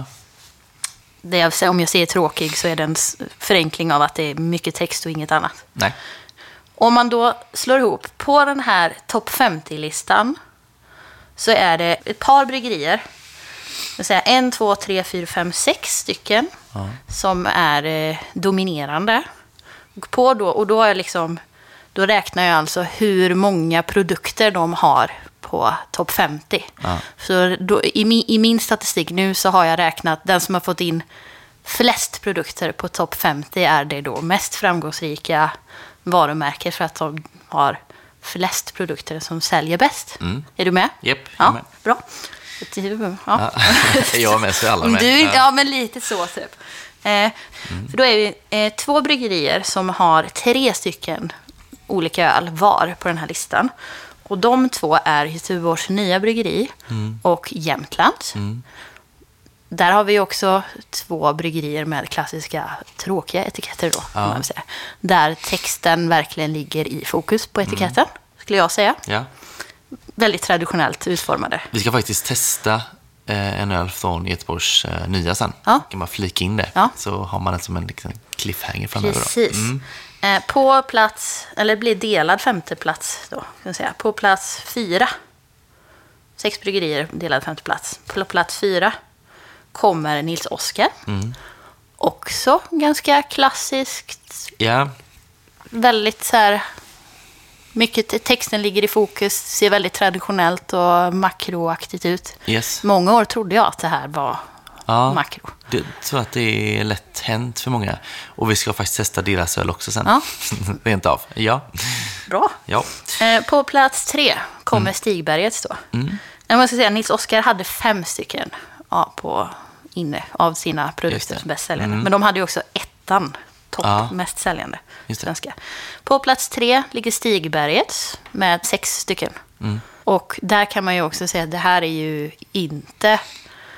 Om jag säger tråkig så är det en förenkling av att det är mycket text och inget annat. Nej. Om man då slår ihop på den här topp 50-listan så är det ett par bryggerier. Jag säger 1, 2, 3, 4, 5, 6 stycken som är dominerande. Och då är då räknar jag alltså hur många produkter de har på topp 50. Så då, i min statistik nu så har jag räknat den som har fått in flest produkter på topp 50 är det då mest framgångsrika varumärken för att de har flest produkter som säljer bäst. Är du med? Japp, jag är med. Bra. Ja. Jag är med, så alla med. Ja, men lite så typ. För då är vi 2 bryggerier som har 3 stycken olika öl var på den här listan. Och de 2 är Göteborgs nya bryggeri och Jämtlands. Där har vi också 2 bryggerier med klassiska tråkiga etiketter då, kan man säga. Där texten verkligen ligger i fokus på etiketten, skulle jag säga. Ja. Väldigt traditionellt utformade. Vi ska faktiskt testa en öl från Göteborgs nya sen. Ja. Kan man flika in det. Ja. Så har man det som en liksom cliffhanger framöver. Precis. På plats, eller blir delad 5:e plats då, kan jag säga. På plats 4. 6 bryggerier, delad 5:e plats. På plats 4 kommer Nils Oskar. Också ganska klassiskt. Ja. Väldigt så här, mycket texten ligger i fokus, ser väldigt traditionellt och makroaktigt ut. Yes. Många år trodde jag att det här var makro. Jag tror att det är lätt hänt för många. Och vi ska faktiskt testa deras öl också sen. Ja. Rent av. Ja. Bra. Ja. På plats 3 kommer Stigbergets då. Jag ska säga, Nils Oskar hade 5 stycken inne av sina produkter som bäst säljande. Men de hade ju också ettan mest säljande svenska. På plats 3 ligger Stigbergets med 6 stycken. Och där kan man ju också säga att det här är ju inte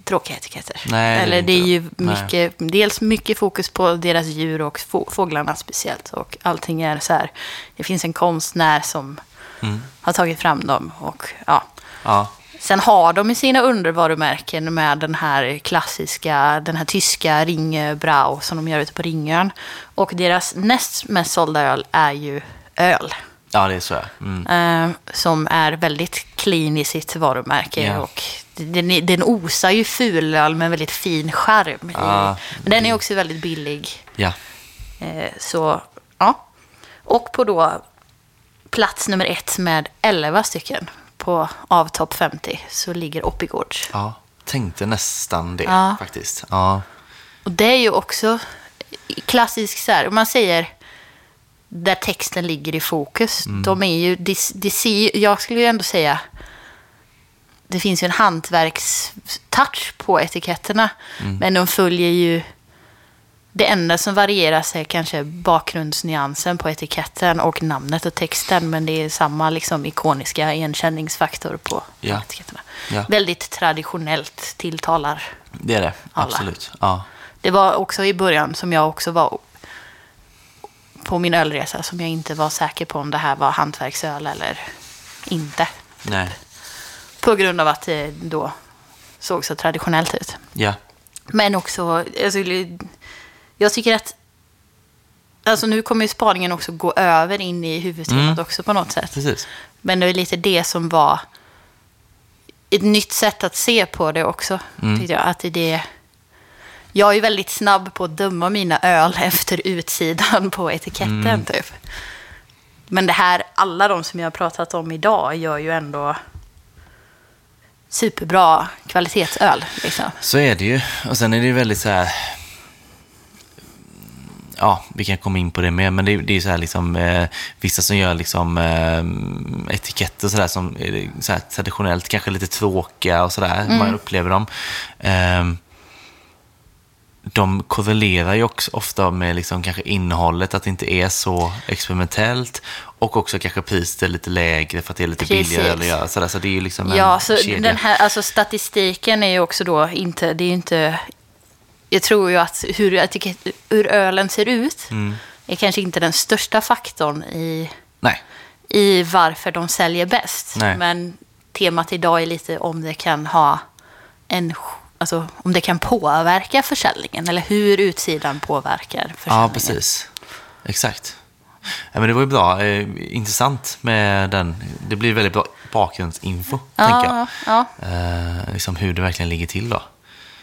tråkiga etiketter. Nej, eller det är ju mycket, dels mycket fokus på deras djur och fåglarna speciellt. Och allting är så här, det finns en konstnär som har tagit fram dem. Och ja. Sen har de i sina undervarumärken med den här klassiska, den här tyska Ringbrau som de gör ute på Ringön. Och deras näst mest sålda öl är ju öl. Ja, det är så. Som är väldigt clean i sitt varumärke. Yeah. Och den osar ju fulöl med väldigt fin charm. Men den är också väldigt billig. Ja. Så, ja. Och på då plats nummer 1 med 11 stycken av topp 50 så ligger Oppigårds. Ja, tänkte nästan det faktiskt. Ja. Och det är ju också klassisk så här, om man säger där texten ligger i fokus. De är ju, jag skulle ju ändå säga det finns ju en hantverkstouch på etiketterna. Men de följer ju, det enda som varierar är kanske bakgrundsnyansen på etiketten och namnet och texten. Men det är samma liksom ikoniska igenkänningsfaktor på etiketterna. Ja. Väldigt traditionellt tilltalar. Det är det, absolut. Ja. Det var också i början som jag också var på min ölresa som jag inte var säker på om det här var hantverksöl eller inte. Nej. På grund av att det då såg så traditionellt ut. Ja. Men också, jag tycker att alltså nu kommer ju spaningen också gå över in i huvudtemat också på något sätt. Precis. Men det är lite det som var ett nytt sätt att se på det också. Tyckte jag, att jag är väldigt snabb på att döma mina öl efter utsidan på etiketten typ. Men det här, alla de som jag har pratat om idag gör ju ändå superbra kvalitetsöl. Liksom. Så är det ju. Och sen är det ju väldigt så här... Ja, vi kan komma in på det med, men det är så här liksom vissa som gör liksom etiketter sådär som är så här traditionellt kanske lite tråkiga och sådär, man upplever dem. De korrelerar ju också ofta med liksom kanske innehållet, att det inte är så experimentellt, och också kanske priset är lite lägre för att det är lite billigare att göra sådär, så det är ju liksom en så kedja. Den här, alltså statistiken är ju också då inte, det är ju inte, jag tror ju att hur ölen ser ut är kanske inte den största faktorn i varför de säljer bäst. Nej. Men temat idag är lite om det kan ha alltså om det kan påverka försäljningen eller hur utsidan påverkar försäljningen. Ja, precis. Exakt. Ja, men det var ju bra. Intressant med den. Det blir väldigt bra bakgrundsinfo, tänker jag. Ja. Liksom hur det verkligen ligger till då.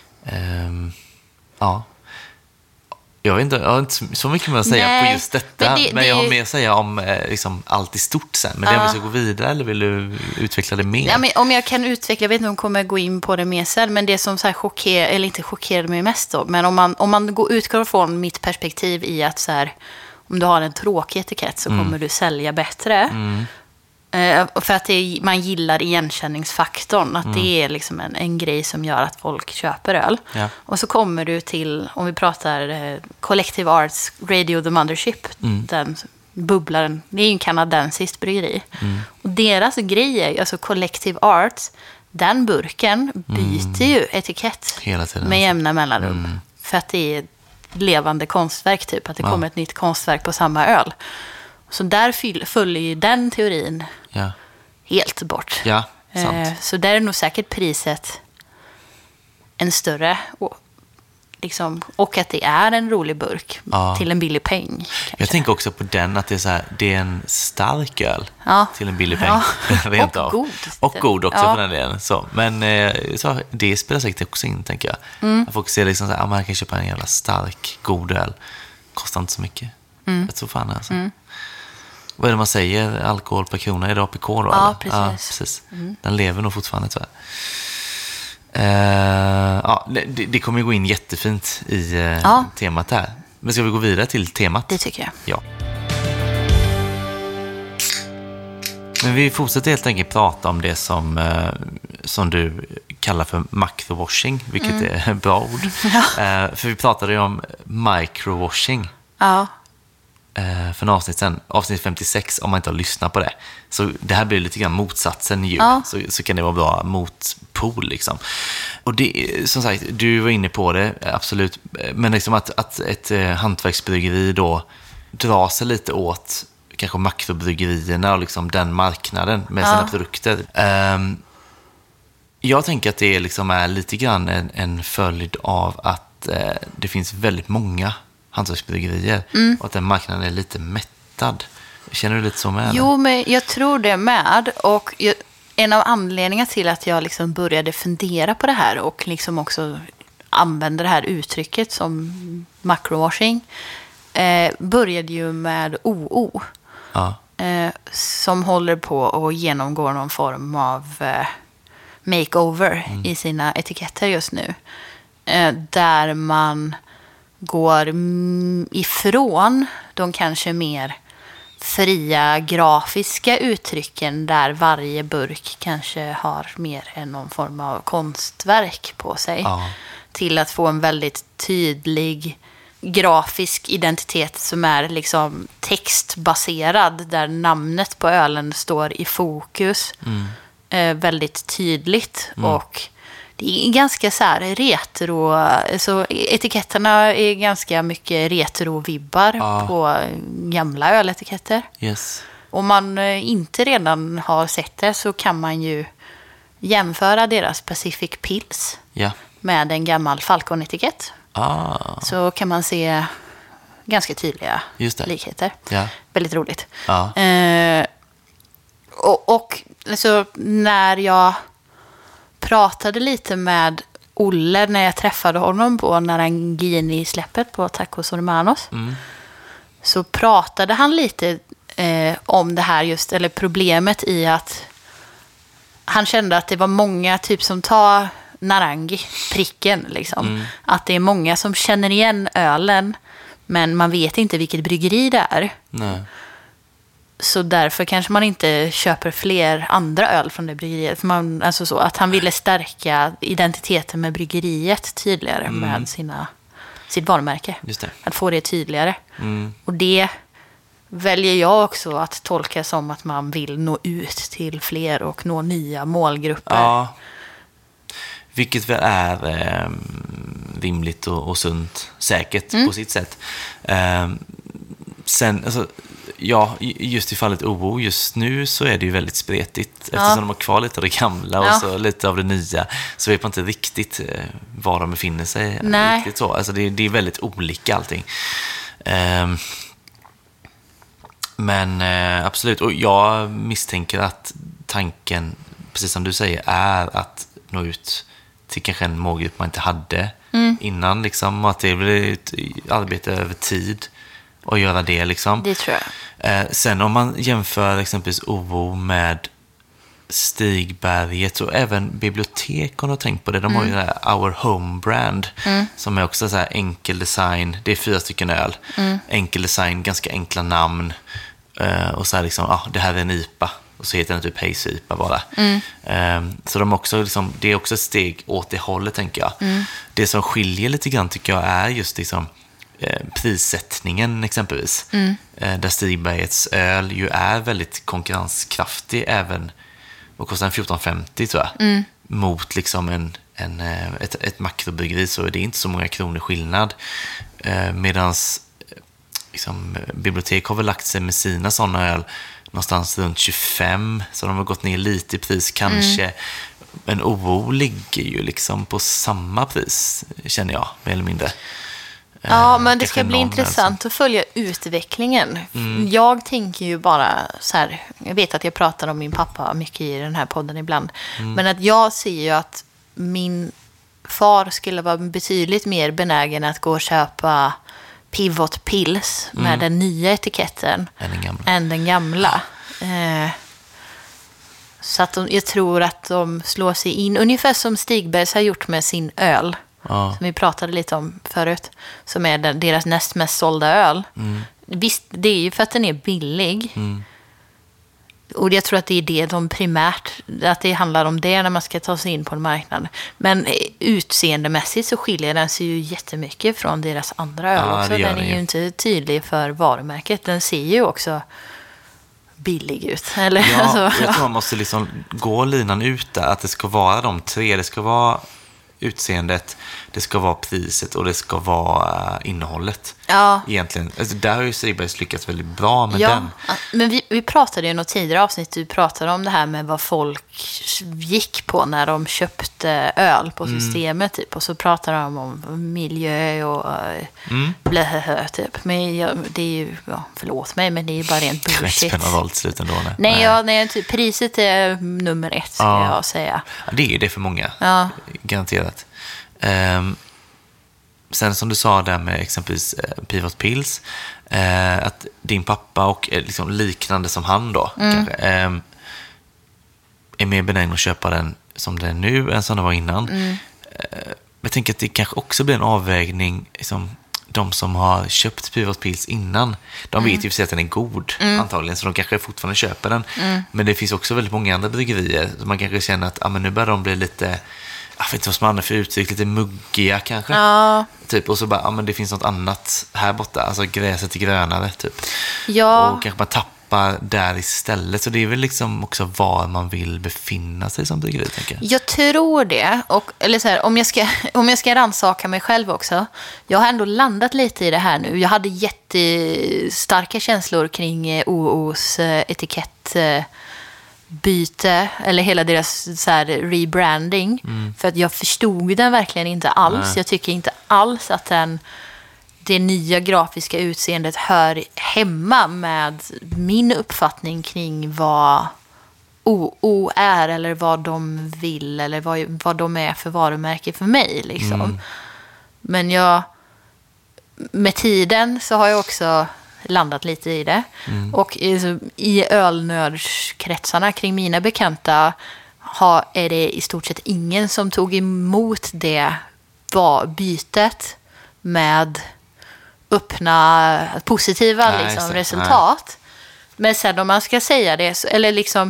Ja. Jag har inte så mycket mer att säga på just detta, men jag har mer att säga om liksom allt i stort sen. Men det om vi ska gå vidare, eller vill du utveckla det mer? Ja, men om jag kan utveckla, jag vet inte om jag kommer gå in på det mer sen, men det som så här eller inte chockerade mig mest då, men om man utgår från mitt perspektiv i att så här, om du har en tråkig etikett så kommer du sälja bättre. För att man gillar igenkänningsfaktorn, att det är liksom en grej som gör att folk köper öl. Ja. Och så kommer du till, om vi pratar Collective Arts Radio The Mothership, den bubblaren, det är ju en kanadensiskt bryggeri. Och deras grej är, alltså Collective Arts, den burken byter ju etikett hela tiden med jämna mellanrum. För att det är levande konstverk typ, att det kommer ett nytt konstverk på samma öl. Så där följer ju den teorin helt bort. Ja, sant. Så där är nog säkert priset en större, liksom, och att det är en rolig burk till en billig peng. Kanske. Jag tänker också på den, att det är, så här, det är en stark öl till en billig peng. Och god. Och god också för den delen. Så. Men så, det spelar säkert också in, tänker jag. Att folk ser liksom så här, man kan köpa en jävla stark, god öl. Kostar inte så mycket. Jag tror fan alltså. Vad är det man säger? Alkohol per krona? Är det APK då? Ja, eller? precis. Ja, precis. Den lever nog fortfarande, tror jag. Det kommer ju gå in jättefint i temat här. Men ska vi gå vidare till temat? Det tycker jag. Ja. Men vi fortsätter helt enkelt prata om det som du kallar för macrowashing, vilket är ett bra ord. För vi pratade ju om microwashing. Ja. för en avsnitt sen, avsnitt 56, om man inte har lyssnat på det. Så det här blir lite grann motsatsen ju. Så kan det vara bra motpol liksom. Och det, som sagt, du var inne på det, absolut. Men liksom att ett hantverksbryggeri då drar sig lite åt kanske makrobryggerierna och liksom den marknaden med sina produkter. Jag tänker att det liksom är lite grann en följd av att det finns väldigt många hantverksbryggerier och att den marknaden är lite mättad. Känner du lite så med? Jo, men jag tror det med. Och en av anledningarna till att jag liksom började fundera på det här och liksom också använde det här uttrycket som macrowashing började ju med OO. Som håller på att genomgå någon form av makeover i sina etiketter just nu. Där man går ifrån de kanske mer fria grafiska uttrycken där varje burk kanske har mer än någon form av konstverk på sig till att få en väldigt tydlig grafisk identitet som är liksom textbaserad där namnet på ölen står i fokus väldigt tydligt och det är ganska så här retro, så etiketterna är ganska mycket retro-vibbar på gamla öletiketter. Yes. Om man inte redan har sett det så kan man ju jämföra deras Pacific Pils med en gammal Falcon-etikett. Så kan man se ganska tydliga likheter. Väldigt roligt. Och alltså, när jag pratade lite med Olle när jag träffade honom på Narangini-släppet på Tacos Hermanos så pratade han lite om det här just, eller problemet i att han kände att det var många typ som tar Narangi, pricken liksom. Att det är många som känner igen ölen men man vet inte vilket bryggeri det är. Nej. Så därför kanske man inte köper fler andra öl från det bryggeriet. För alltså så, att han ville stärka identiteten med bryggeriet tydligare med sitt varumärke. Just det. Att få det tydligare. Och det väljer jag också att tolka som att man vill nå ut till fler och nå nya målgrupper. Ja. Vilket väl är rimligt och sunt, säkert på sitt sätt. Sen, alltså, just i fallet OO, just nu så är det ju väldigt spretigt. Eftersom de har kvar lite av det gamla och så lite av det nya, så vet man inte riktigt var de befinner sig. Riktigt så. Alltså det är väldigt olika allting. Men absolut, och jag misstänker att tanken, precis som du säger, är att nå ut till kanske en målgrupp man inte hade innan liksom, och att det blir ett arbete över tid och göra det liksom. Det tror jag. Sen om man jämför exempelvis OO med Stigberget och även bibliotek, har tänkt på det. De har ju det här Our Home Brand som är också så här enkel design. Det är 4 stycken öl. Enkel design, ganska enkla namn. Och så här liksom, det här är en IPA. Och så heter den typ Haze IPA bara. Så de också liksom, det är också ett steg åt det hållet, tänker jag. Det som skiljer lite grann tycker jag är just liksom prissättningen exempelvis. Där Stigbergets öl ju är väldigt konkurrenskraftig, även och kostar en 14,50 tror jag. Mot liksom ett makrobryggeri, så är det inte så många kronor skillnad. Medans liksom, bibliotek har väl lagt sig med sina sådana öl någonstans runt 25, så de har gått ner lite i pris kanske. Men OO ligger ju liksom på samma pris, känner jag, mer eller mindre. Ja, men det ska bli intressant att följa utvecklingen. Jag tänker ju bara så här, jag vet att jag pratar om min pappa mycket i den här podden ibland, men att jag ser ju att min far skulle vara betydligt mer benägen att gå och köpa Pivot Pils med den nya etiketten än den gamla. Så att jag tror att de slår sig in, ungefär som Stigbergs har gjort med sin öl. Som vi pratade lite om förut, som är deras näst mest sålda öl. Visst, det är ju för att den är billig. Och jag tror att det är det de primärt, att det handlar om det när man ska ta sig in på en marknad. Men utseendemässigt så skiljer den sig ju jättemycket från deras andra öl också. Den är ju inte tydlig för varumärket. Den ser ju också billig ut. Eller? Ja, alltså, jag tror man måste liksom gå linan ut där. Att det ska vara de tre. Det ska vara utseendet, det ska vara priset och det ska vara innehållet. Ja. Egentligen. Alltså, där har ju Stigbergs lyckats väldigt bra med den. Men vi pratade ju i något tidigare avsnitt, du pratade om det här med vad folk gick på när de köpte öl på systemet typ. Och så pratade de om miljö och blöhö typ. Men det är ju, förlåt mig, men det är ju bara rent bullshit. Det spelar roll till slut ändå. Nej, typ, priset är nummer 1 skulle jag säga. Ja, det är ju det för många. Garanterat. Sen som du sa där med exempelvis Pivot Pils, att din pappa och liksom liknande som han då kanske, är mer benägen att köpa den som den är nu än som den var innan. Jag tänker att det kanske också blir en avvägning, liksom, de som har köpt Pivot Pils innan, de vet ju att den är god antagligen, så de kanske fortfarande köper den. Men det finns också väldigt många andra bryggerier så man kanske känner att men nu börjar de bli lite, jag vet inte vad som är för uttryck, lite muggiga kanske. Typ, och så bara, men det finns något annat här borta, alltså gräset är grönare typ. Och kanske man tappar där istället, så det är väl liksom också var man vill befinna sig som bryggeri, tänker jag. Jag tror det, och eller så här, om jag ska rannsaka mig själv också. Jag har ändå landat lite i det här nu. Jag hade jättestarka känslor kring OOs etikett byte, eller hela deras så här rebranding, för att jag förstod den verkligen inte alls. Jag tycker inte alls att det nya grafiska utseendet hör hemma med min uppfattning kring vad OO är, eller vad de vill, eller vad de är för varumärke för mig liksom. Men med tiden så har jag också landat lite i det. Och i ölnördskretsarna kring mina bekanta är det i stort sett ingen som tog emot det bytet med öppna positiva resultat. Men sen om man ska säga det, eller liksom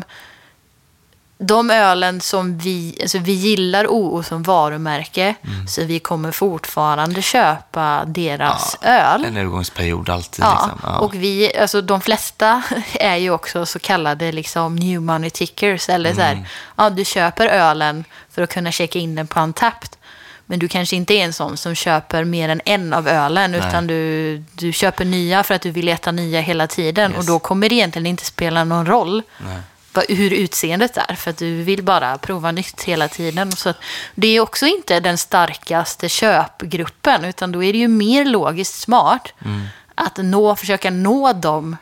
de ölen som vi gillar OO som varumärke, så vi kommer fortfarande köpa deras öl. En övergångsperiod alltid. Liksom. Och de flesta är ju också så kallade liksom new money tickers, eller så här, du köper ölen för att kunna checka in den på Untapped. Men du kanske inte är en sån som köper mer än en av ölen, utan du köper nya för att du vill äta nya hela tiden. Och då kommer det egentligen inte spela någon roll hur utseendet är, för att du vill bara prova nytt hela tiden. Så det är också inte den starkaste köpgruppen, utan då är det ju mer logiskt smart att försöka nå dem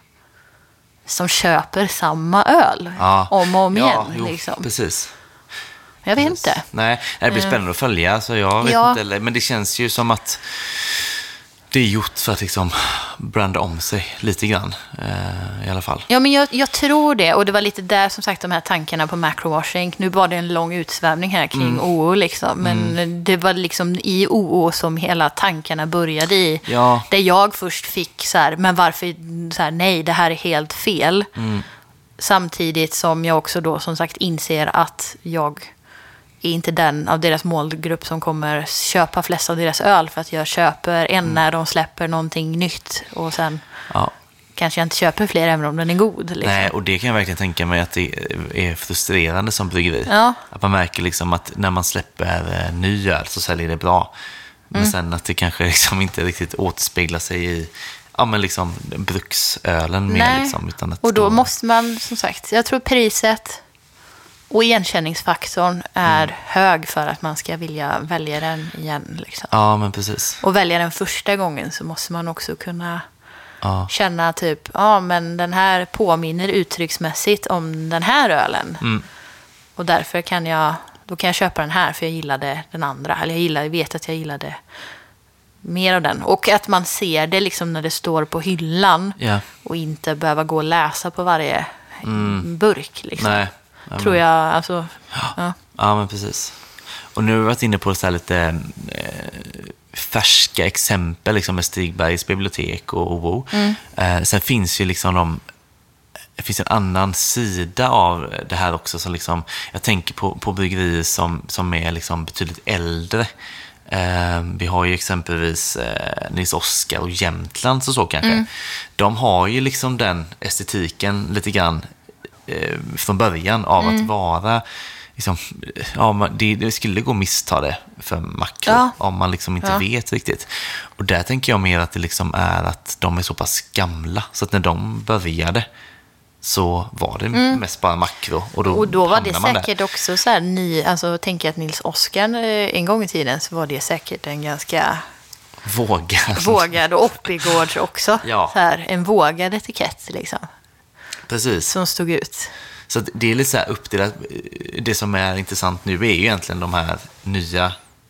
som köper samma öl om och om igen. Liksom. Precis. Jag vet inte. Nej, det blir spännande att följa, så jag vet inte, men det känns ju som att det är gjort för att liksom branda om sig lite grann i alla fall. Ja, men jag tror det, och det var lite där som sagt de här tankarna på macrowashing. Nu var det en lång utsvävning här kring OO liksom, men det var liksom i OO som hela tankarna började i. Där jag först fick så här, men varför så här, nej, det här är helt fel. Samtidigt som jag också då som sagt inser att jag är inte den av deras målgrupp som kommer köpa flest av deras öl, för att jag köper en när de släpper någonting nytt, och sen kanske jag inte köper fler även om den är god. Liksom. Nej, och det kan jag verkligen tänka mig att det är frustrerande som bryggeri. Att man märker liksom att när man släpper ny öl så säljer det bra. Men sen att det kanske liksom inte riktigt återspeglar sig i men liksom bruksölen mer. Liksom, utan att och då måste man, som sagt, jag tror priset och igenkänningsfaktorn är hög för att man ska vilja välja den igen. Liksom. Ja, men precis. Och välja den första gången så måste man också kunna känna typ, men den här påminner uttrycksmässigt om den här ölen. Och därför kan jag köpa den här, för jag gillade den andra. Eller jag vet att jag gillade mer av den. Och att man ser det liksom när det står på hyllan och inte behöva gå och läsa på varje burk. Liksom. Nej. Tror jag, alltså. Ja, men precis. Och nu har vi varit inne på så här lite färska exempel liksom med Stigbergs bibliotek och OO. Sen finns ju liksom de det finns en annan sida av det här också. Som liksom, jag tänker på bryggerier som är liksom betydligt äldre. Vi har ju exempelvis Nils Oskar och Jämtlands och så kanske. De har ju liksom den estetiken lite grann från början av att vara liksom, det skulle gå att missta det för makro om man liksom inte vet riktigt. Och där tänker jag mer att det liksom är att de är så pass gamla så att när de började så var det mest bara makro. Och då var det säkert också så här alltså tänker jag att Nils Oskar en gång i tiden så var det säkert en ganska vågad och Oppigårds också. Så här, en vågad etikett liksom. Precis. Som stod ut. Så det är lite så här uppdelat. Det som är intressant nu är ju egentligen de här nya,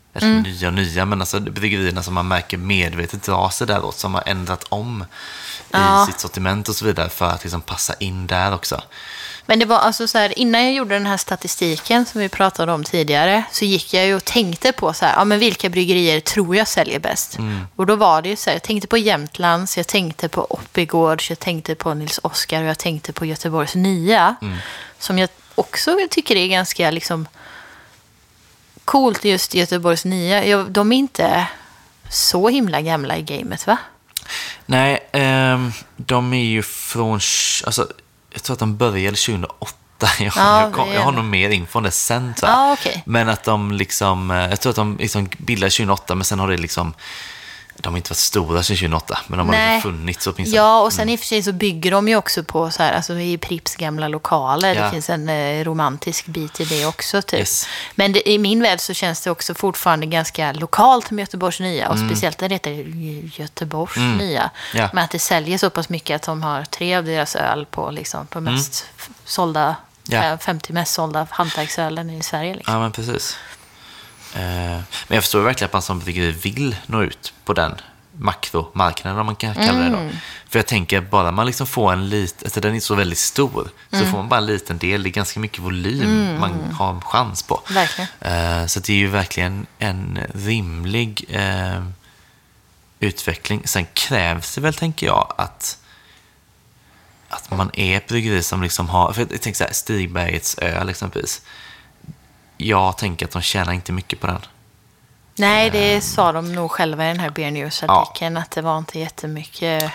men alltså bryggerierna som man märker medvetet drar sig däråt, som har ändrat om i sitt sortiment och så vidare för att liksom passa in där också. Men det var alltså så här, innan jag gjorde den här statistiken som vi pratade om tidigare så gick jag ju och tänkte på så här, men vilka bryggerier tror jag säljer bäst? Och då var det ju så här, jag tänkte på Jämtlands, jag tänkte på Oppigårds, jag tänkte på Nils Oskar och jag tänkte på Göteborgs Nya. Som jag också tycker är ganska liksom coolt just Göteborgs Nya. De är inte så himla gamla i gamet, va? Nej, de är ju från... Alltså, jag tror att de började 2008. Jag har nog mer info om det sen. Okay. Men att de liksom... Jag tror att de liksom bildade 2008, men sen har det liksom... De har inte varit stora sedan 2008, men de har liksom funnits åtminstone. Ja, och sen i och för sig så bygger de ju också på så här, alltså i Pripps gamla lokaler. Det finns en romantisk bit i det också typ. Yes. Men i min värld så känns det också fortfarande ganska lokalt med Göteborgs Nya. Och speciellt när det heter Göteborgs Nya. Yeah. Men att det säljer så pass mycket att de har 3 av deras öl på, liksom, på mest sålda, 50 mest sålda hantverksölen i Sverige. Liksom. Ja, men precis. Men jag förstår verkligen att man som bryggeri vill nå ut på den makromarknaden, om man kan kalla det då. För jag tänker bara man liksom får en liten, alltså den är så väldigt stor, så får man bara en liten del, det är ganska mycket volym man har en chans på. Så det är ju verkligen en rimlig utveckling. Sen krävs det väl, tänker jag, att man är ett bryggeri som liksom har, för jag tänker så här, Stigbergets öl exempelvis. Jag tänker att de tjänar inte mycket på den. Nej, det sa de nog själva i den här Beer News-artikeln, att det var inte jättemycket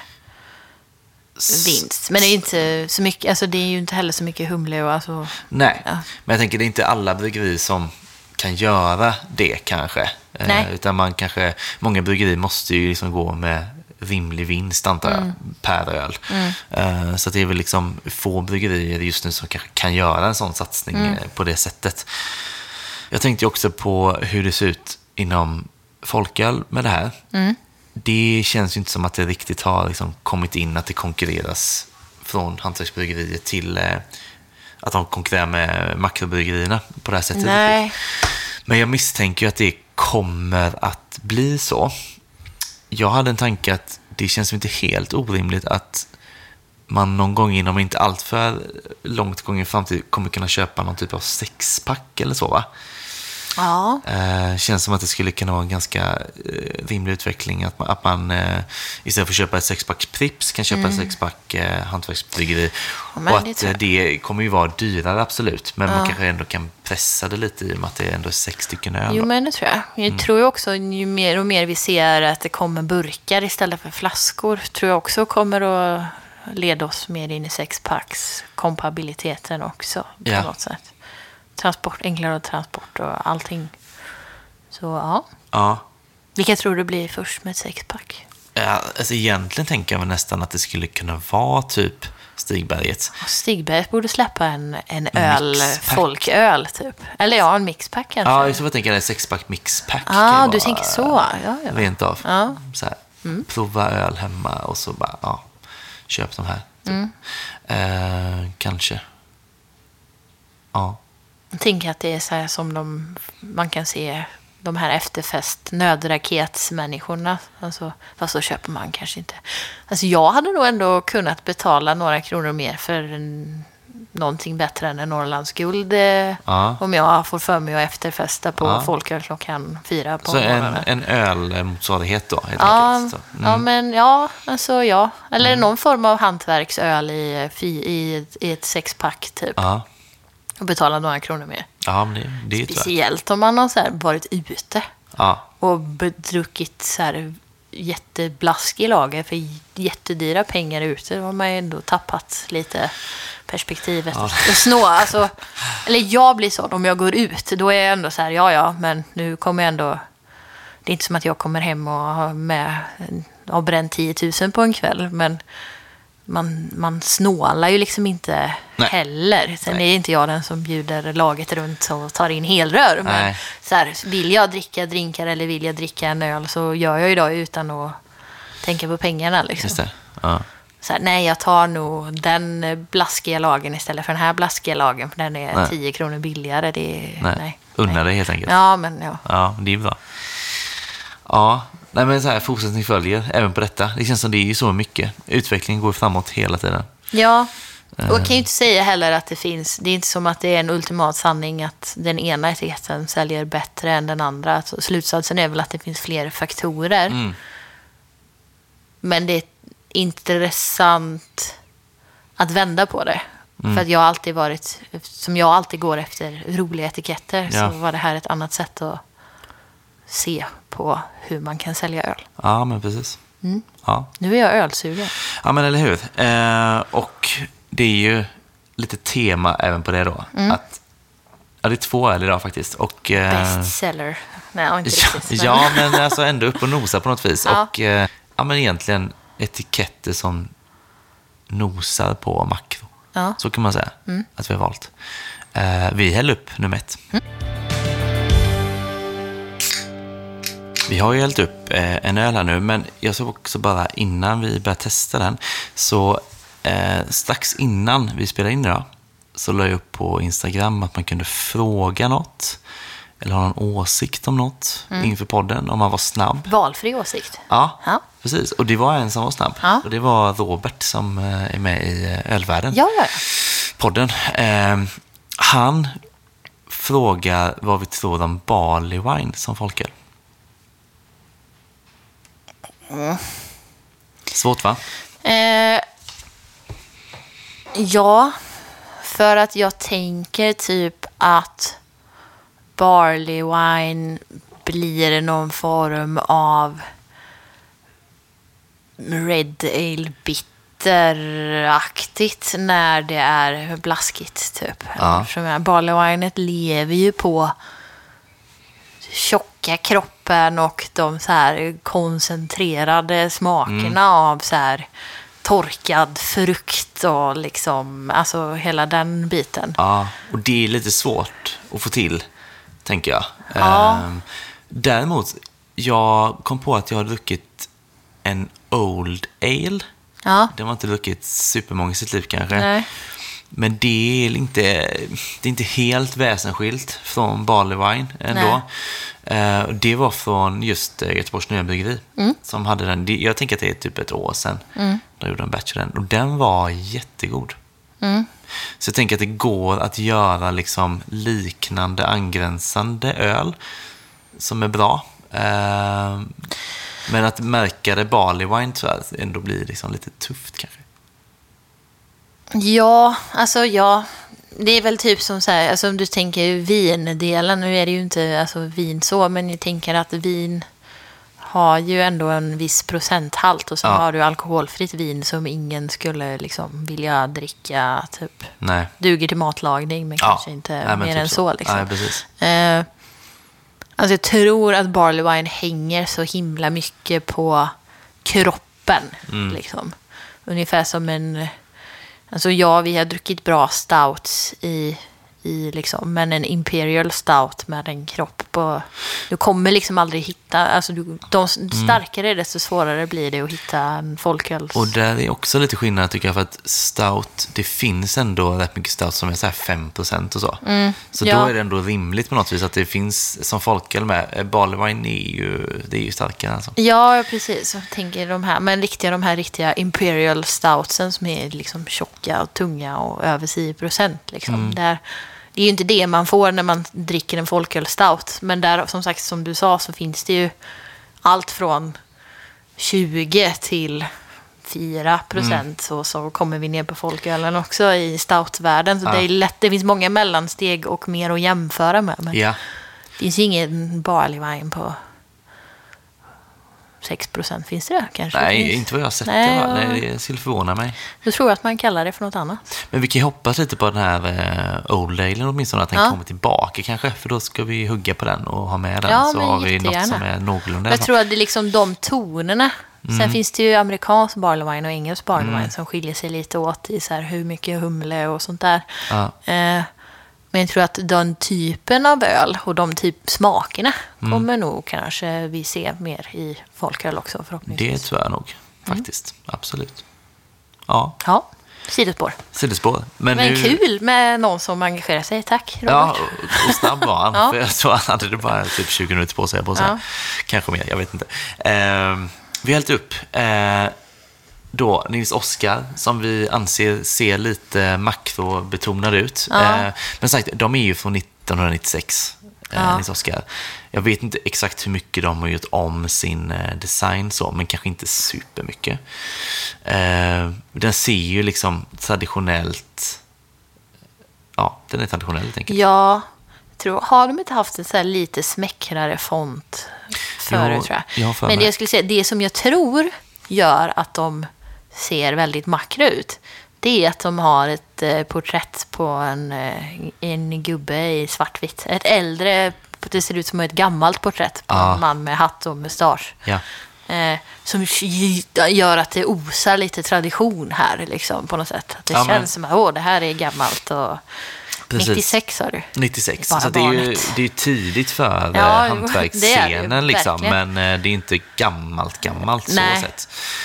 vinst. Men det är inte så mycket, alltså det är ju inte heller så mycket humle och alltså... Nej, men jag tänker det är inte alla bryggerier som kan göra det kanske. Utan många bryggerier måste ju liksom gå med rimlig vinst, antar jag, per öl. Så det är väl liksom få bryggerier just nu som kanske kan göra en sån satsning på det sättet. Jag tänkte också på hur det ser ut inom folköl med det här. Det känns ju inte som att det riktigt har liksom kommit in att det konkurreras från hantverksbryggerier till att de konkurrerar med makrobryggerierna på det här sättet. Nej. Men jag misstänker ju att det kommer att bli så. Jag hade en tanke att det känns inte helt orimligt att man någon gång inom inte allt för långt gång i framtid kommer kunna köpa någon typ av 6-pack eller så, va? Ja. Känns som att det skulle kunna vara en ganska rimlig utveckling att man istället för att köpa ett 6-pack Pripps kan köpa ett 6-pack hantverksbryggeri. Och att det kommer ju vara dyrare, absolut, men man kanske ändå kan pressa det lite i och med att det ändå är 6 stycken öl. Jo, men det tror jag. Jag tror ju också, ju mer och mer vi ser att det kommer burkar istället för flaskor, tror jag också kommer att leda oss mer in i 6-packs kompabiliteten också på något sätt. Enklare transport och allting. Så ja. Vilka tror du blir först med ett 6-pack? Alltså egentligen tänker jag väl nästan att det skulle kunna vara typ Stigbergets. Stigberget borde släppa en folköl typ. Eller en mixpack kanske. Ja, jag tänker det 6-pack mixpack. Ja, du tänker så. Ja. Rent av. Så här, prova öl hemma och så bara, köp de här. Typ. Kanske. Ja. Jag tänker att det är så här som man kan se de här efterfest nödraketsmänniskorna. Alltså, fast så köper man kanske inte. Alltså jag hade nog ändå kunnat betala några kronor mer för någonting bättre än en Norrlands guld om jag får för mig att efterfesta på folköl klockan 4 på morgonen. Så en ölmotsvarighet då? Eller någon form av hantverksöl i ett 6-pack typ. Och betala några kronor mer. Ja, men det är speciellt om man har så här varit ute och druckit så här jätteblaskig lager för jättedyra pengar ute. Då har man ju ändå tappat lite perspektivet. Eller jag blir så, om jag går ut, då är jag ändå så här, men nu kommer jag ändå, det är inte som att jag kommer hem och har bränt 10 000 på en kväll, men man snålar ju liksom inte heller. Sen är inte jag den som bjuder laget runt och tar in helrör. Men så här, vill jag dricka drinkar eller vill jag dricka en öl, så gör jag ju det utan att tänka på pengarna. Liksom. Just det. Ja. Så här, jag tar nog den blaskiga lagen istället för den här blaskiga lagen, för den är 10 kronor billigare. Unna det helt enkelt. Ja, men ja, det är bra. Ja, men så här, fortsättning följer även på detta. Det känns som det är ju så mycket. Utvecklingen går framåt hela tiden. Ja, och jag kan ju inte säga heller att det är inte som att det är en ultimat sanning att den ena etiketten säljer bättre än den andra. Alltså, slutsatsen är väl att det finns fler faktorer. Men det är intressant att vända på det. För att jag alltid varit, som jag alltid går efter roliga etiketter, så var det här ett annat sätt att se på hur man kan sälja öl. Ja, men precis. Ja. Nu är jag ölsugen. Ja, men eller hur. Och det är ju lite tema även på det då. Att, det är 2 öl idag faktiskt. Och, bestseller. Nej, inte riktigt. Ja, men alltså ändå upp och nosa på något vis. Och men egentligen etiketter som nosar på makro. Ja. Så kan man säga att vi har valt. Vi häller upp nummer 1. Vi har ju hällt upp en öl här nu, men jag såg också bara innan vi började testa den, så strax innan vi spelade in idag så la jag upp på Instagram att man kunde fråga något eller ha någon åsikt om något inför podden, om man var snabb. Valfri åsikt. Ja, precis. Och det var en som var snabb. Ja. Och det var Robert som är med i Ölvärlden. Ja. Podden. Han frågar vad vi tror om barley wine som folköl. Svårt, va? Ja, för att jag tänker typ att barley wine blir någon form av red ale bitteraktigt när det är blaskigt typ. Ja. Barley winet lever ju på tjocka kroppen och de så här koncentrerade smakerna av så här torkad frukt och liksom, alltså hela den biten. Ja, och det är lite svårt att få till, tänker jag. Ja. Däremot, jag kom på att jag har druckit en Old Ale. Ja. Det var inte druckit supermånga i sitt liv kanske. Nej. Men det är inte helt väsensskilt från barley wine ändå. Det var från just Göteborgs Nya Bryggeri som hade den. Jag tänker att det är typ ett år sedan. Då gjorde en batch av den. Och den var jättegod. Så jag tänker att det går att göra liksom liknande angränsande öl som är bra. Men att märka det barley wine tror jag ändå blir liksom lite tufft kanske. Ja, alltså det är väl typ som så här, alltså om du tänker vindelen, nu är det ju inte alltså vin så, men jag tänker att vin har ju ändå en viss procenthalt och så har du alkoholfritt vin som ingen skulle liksom vilja dricka typ. Nej. Duger till matlagning men kanske inte mer typ än så liksom. Nej, precis. Alltså jag tror att barley wine hänger så himla mycket på kroppen liksom. Ungefär som en, alltså vi har druckit bra stouts i i liksom, men en Imperial Stout med en kropp på... Du kommer liksom aldrig hitta... Alltså de starkare desto svårare blir det att hitta en folköl. Och där är också lite skillnad tycker jag, för att stout, det finns ändå rätt mycket stout som är så här 5% och så. Så då är det ändå rimligt på något vis att det finns som folköl med. Barley wine det är ju starkare alltså. Ja, precis. Jag tänker de här riktiga Imperial Stoutsen som är liksom tjocka och tunga och över 10% liksom. Det är ju inte det man får när man dricker en folköl stout. Men där, som sagt, som du sa, så finns det ju allt från 20 till 4%. Och så kommer vi ner på folkölen också i stoutvärlden. Så det är lätt, det finns många mellansteg och mer att jämföra med. Men det finns ju ingen barley wine på 6%, finns det kanske? Nej, inte vad jag har sett. Nej, det skulle förvåna mig. Jag tror att man kallar det för något annat. Men vi kan ju hoppas lite på den här Old Ale åtminstone, att den kommer tillbaka kanske. För då ska vi hugga på den och ha med den. Så har vi något som är någorlunda. Jag tror att det är liksom de tonerna. Sen finns det ju amerikansk barley wine och engelsk barley wine som skiljer sig lite åt i så här hur mycket humle och sånt där. Men jag tror att den typen av öl och de smakerna kommer nog kanske vi se mer i folköl också förhoppningsvis. Det tror jag nog faktiskt. Absolut. Ja. Sidospår. Men nu... kul med någon som engagerar sig. Tack, Robert. Ja, och snabb var han. För jag tror han hade det bara typ 20 minuter på sig. Kanske mer, jag vet inte. Vi har hällt upp då Nils Oskar, som vi anser ser lite makrobetonad ut. Men sagt, de är ju från 1996, Nils Oskar. Jag vet inte exakt hur mycket de har gjort om sin design så, men kanske inte supermycket. Den ser ju liksom traditionellt... Ja, den är traditionell helt enkelt. Ja, har de inte haft en så här lite smäckrare font förut, tror jag. Men det jag skulle säga, det som jag tror gör att de ser väldigt makra ut, det är att de har ett porträtt på en gubbe i svartvitt. Ett äldre, det ser ut som ett gammalt porträtt på en man med hatt och mustasch. Som gör att det osar lite tradition här liksom, på något sätt. Att det känns som att det här är gammalt och... Precis. 96 har du. 96. Så det är ju tidigt för hantverksscenen liksom, men det är inte gammalt så sätt.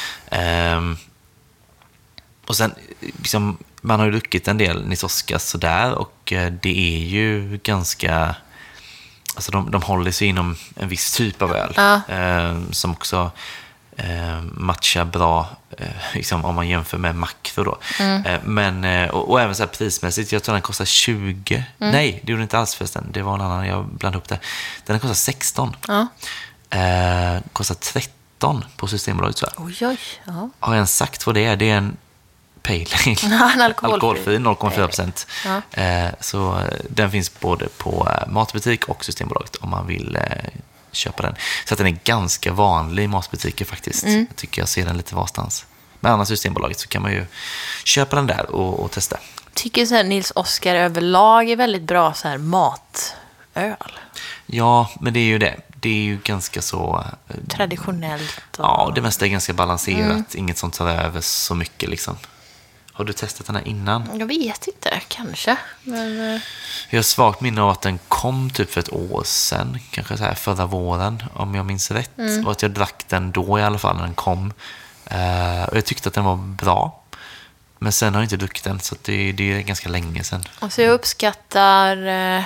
Och sen liksom, man har ju druckit en del Nils Oskar sådär, och det är ju ganska, alltså de håller sig inom en viss typ av öl som också matchar bra liksom, om man jämför med makro då. Men och även så här prismässigt, jag tror den kostar 20. Nej, det gjorde inte alls förresten. Det var en annan, jag blandade upp det. Den kostar 16. Kostar 13 på Systembolaget så här. Oj. Har jag ens sagt vad det är? Det är en pale ale. Alkoholfri 0,4%. Så den finns både på matbutik och Systembolaget om man vill köpa den. Så att den är ganska vanlig i matbutiker faktiskt. Jag tycker jag ser den lite varstans. Men annars Systembolaget så kan man ju köpa den där och testa. Tycker så här, Nils Oskar överlag är väldigt bra så här matöl. Ja, men det är ju det. Det är ju ganska så... traditionellt. Ja, det mesta är ganska balanserat. Inget som tar över så mycket liksom. Har du testat den här innan? Jag vet inte, kanske. Men... Jag har svagt minne av att den kom typ för ett år sedan. Kanske så här förra våren, om jag minns rätt. Och att jag drack den då i alla fall när den kom. Och jag tyckte att den var bra. Men sen har jag inte druckit den, så det är ganska länge sedan. Och så jag uppskattar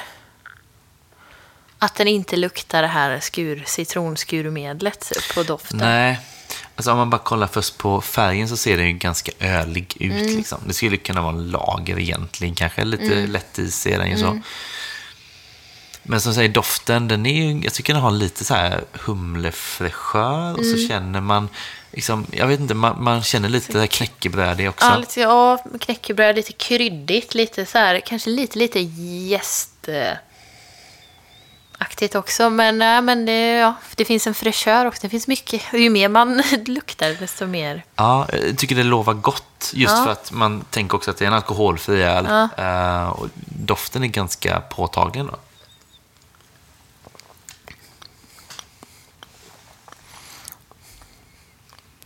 att den inte luktar det här citronskurmedlet på doften. Nej. Alltså om man bara kollar först på färgen så ser den ju ganska ölig ut. Liksom. Det skulle kunna vara en lager egentligen. Kanske lite lätt i sig den ju så. Men som säger, doften, den är ju, jag tycker den har lite så här humlefräschör. Och så känner man, liksom, jag vet inte, man känner lite det här knäckebröd också. Ja, lite, knäckebröd, lite kryddigt. Lite så här, kanske lite aktigt också, men det finns en fräschör och det finns mycket. Ju mer man luktar, desto mer. Ja, jag tycker det lovar gott. Just för att man tänker också att det är en alkoholfri öl. Och doften är ganska påtaglig då.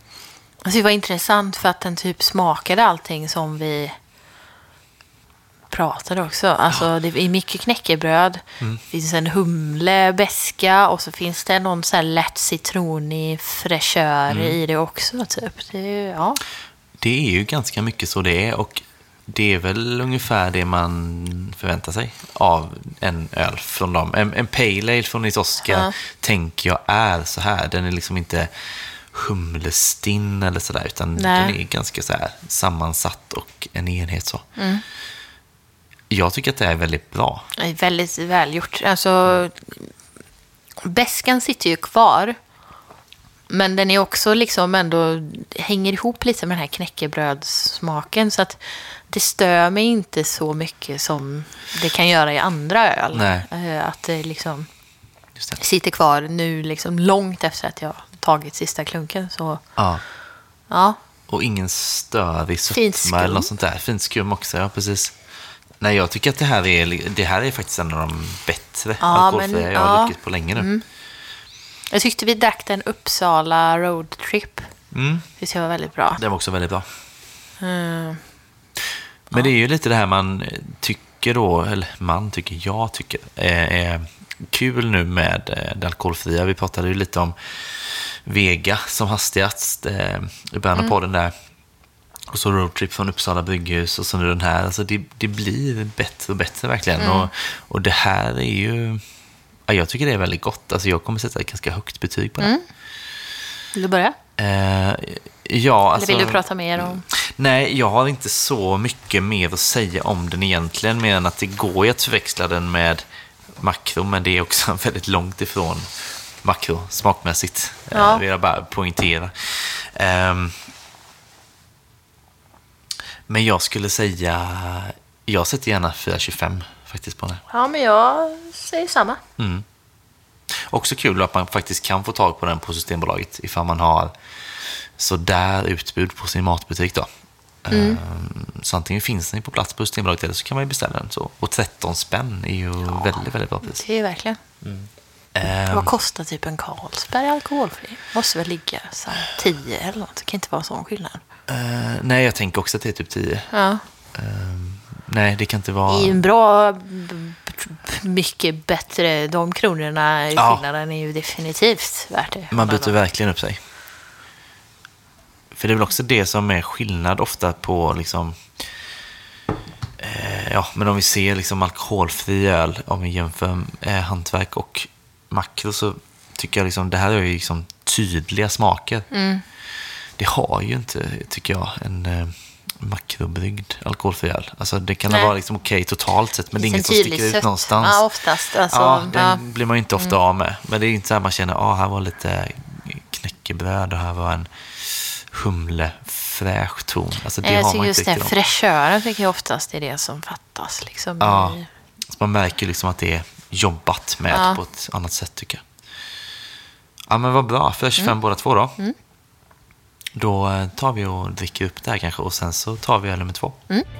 Alltså det var intressant för att den typ smakade allting som vi pratade också. Alltså det är mycket knäckebröd. Det finns en humle, beska och så finns det någon så här lätt citronig fräschör i det också typ. Det är ju ganska mycket så det är, och det är väl ungefär det man förväntar sig av en öl från dem. En pale ale från Nils Oskar tänker jag är så här. Den är liksom inte humlestinn eller sådär, utan den är ganska så här sammansatt och en enhet så. Jag tycker att det är väldigt bra. Det är väldigt välgjort. Alltså, beskan sitter ju kvar. Men den är också liksom ändå hänger ihop lite med den här knäckebrödssmaken, så att det stör mig inte så mycket som det kan göra i andra öl. Att det liksom sitter kvar nu liksom långt efter att jag tagit sista klunken. Så, ja. Och ingen störig sötma eller något sånt där. Fint skum också, ja precis. Nej, jag tycker att det här är faktiskt en av de bättre alkoholfria jag har druckit på länge nu. Jag tyckte vi drack en Uppsala roadtrip. Det var väldigt bra. Det var också väldigt bra. Men det är ju lite det här man tycker då, eller jag tycker är kul nu med det alkoholfria. Vi pratade ju lite om Vega som hastigast i början av podden där. Och så roadtrip från Uppsala brygghus och så nu den här. Alltså det blir bättre och bättre verkligen. Och det här är ju... Ja, jag tycker det är väldigt gott. Alltså jag kommer sätta ett ganska högt betyg på det. Vill du börja? Ja, alltså, eller vill du prata mer om? Nej, jag har inte så mycket mer att säga om den egentligen, mer än att det går att förväxla den med makro, men det är också väldigt långt ifrån makro smakmässigt. Vill jag bara poängtera. Men jag skulle säga, jag sätter gärna 4,25 faktiskt på den. Ja, men jag säger samma. Också kul att man faktiskt kan få tag på den på Systembolaget ifall man har så där utbud på sin matbutik då. Så antingen finns den på plats på Systembolaget eller så kan man ju beställa den så. Och 13 spänn är ju väldigt, väldigt bra pris. Det är verkligen. Vad kostar typ en Carlsberg alkoholfri? Måste väl ligga så här 10 eller något. Det kan inte vara sån skillnad. Nej, jag tänker också att det är typ 10. Nej, det kan inte vara... I en bra, mycket bättre, de kronorna i skillnaden är ju definitivt värt det. Man byter verkligen upp sig. För det är väl också det som är skillnad ofta på liksom... men om vi ser liksom alkoholfri öl, om vi jämför hantverk och makro, så tycker jag liksom, det här är ju liksom tydliga smaker. Det har ju inte, tycker jag, en... makrobryggd alkoholfri öl. Alltså det kan vara liksom okej totalt sett, men det är inget som sticker ut någonstans. Ja, oftast. Alltså, den blir man ju inte ofta av med. Men det är inte så här man känner, här var lite knäckebröd och här var en humlefräsch ton. Alltså det har man just den fräschören tycker jag oftast är det som fattas. Liksom, så man märker liksom att det är jobbat med på ett annat sätt tycker jag. Ja, men vad bra. 4,25 båda två då. Då tar vi och dricker upp det här kanske, och sen så tar vi öl nummer 2.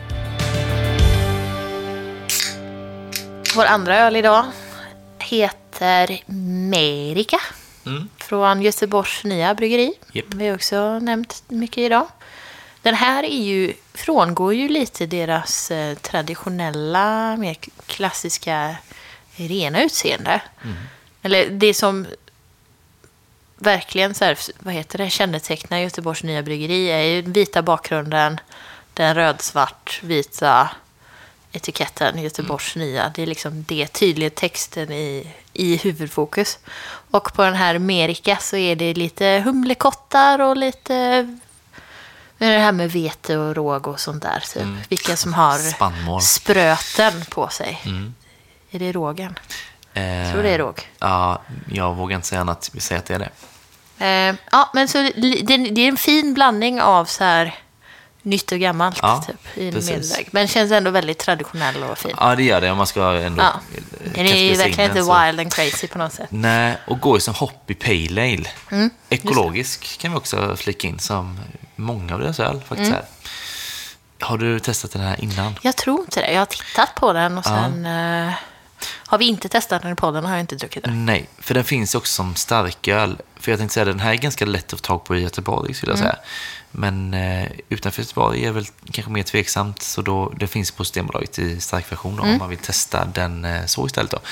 Vår andra öl idag heter Merika från Göteborgs nya bryggeri. Vi har också nämnt mycket idag. Den här frångår ju lite deras traditionella, mer klassiska rena utseende. Eller det som verkligen så här, kännetecknar Göteborgs nya bryggeri är ju den vita bakgrunden, den rödsvart vita etiketten Göteborgs nya. Det är liksom det tydliga texten i huvudfokus. Och på den här Merika så är det lite humlekottar och lite det här med vete och råg och sånt där typ. Vilka som har spannmål. Spröten på sig. Är det rågen? Jag tror det är råg. Ja, jag vågar inte säga annat. Vi säger att det är det. Men så det är en fin blandning av så här nytt och gammalt typ, i en medelväg. Men känns ändå väldigt traditionell och fin. Ja, det gör det. Om man ska ändå den är ju verkligen inte wild and crazy på något sätt. Nej, och går ju som hoppig pale ale. Ekologisk kan vi också flika in som många av deras öl faktiskt här. Har du testat den här innan? Jag tror inte det. Jag har tittat på den och sen... Har vi inte testat den i podden har jag inte druckit den. Nej, för den finns också som starköl. För jag tänkte säga, den här är ganska lätt att få tag på i Göteborg, skulle jag säga. Men utanför Göteborg är väl kanske mer tveksamt. Så då, det finns på Systembolaget i starkversion om man vill testa den så istället då.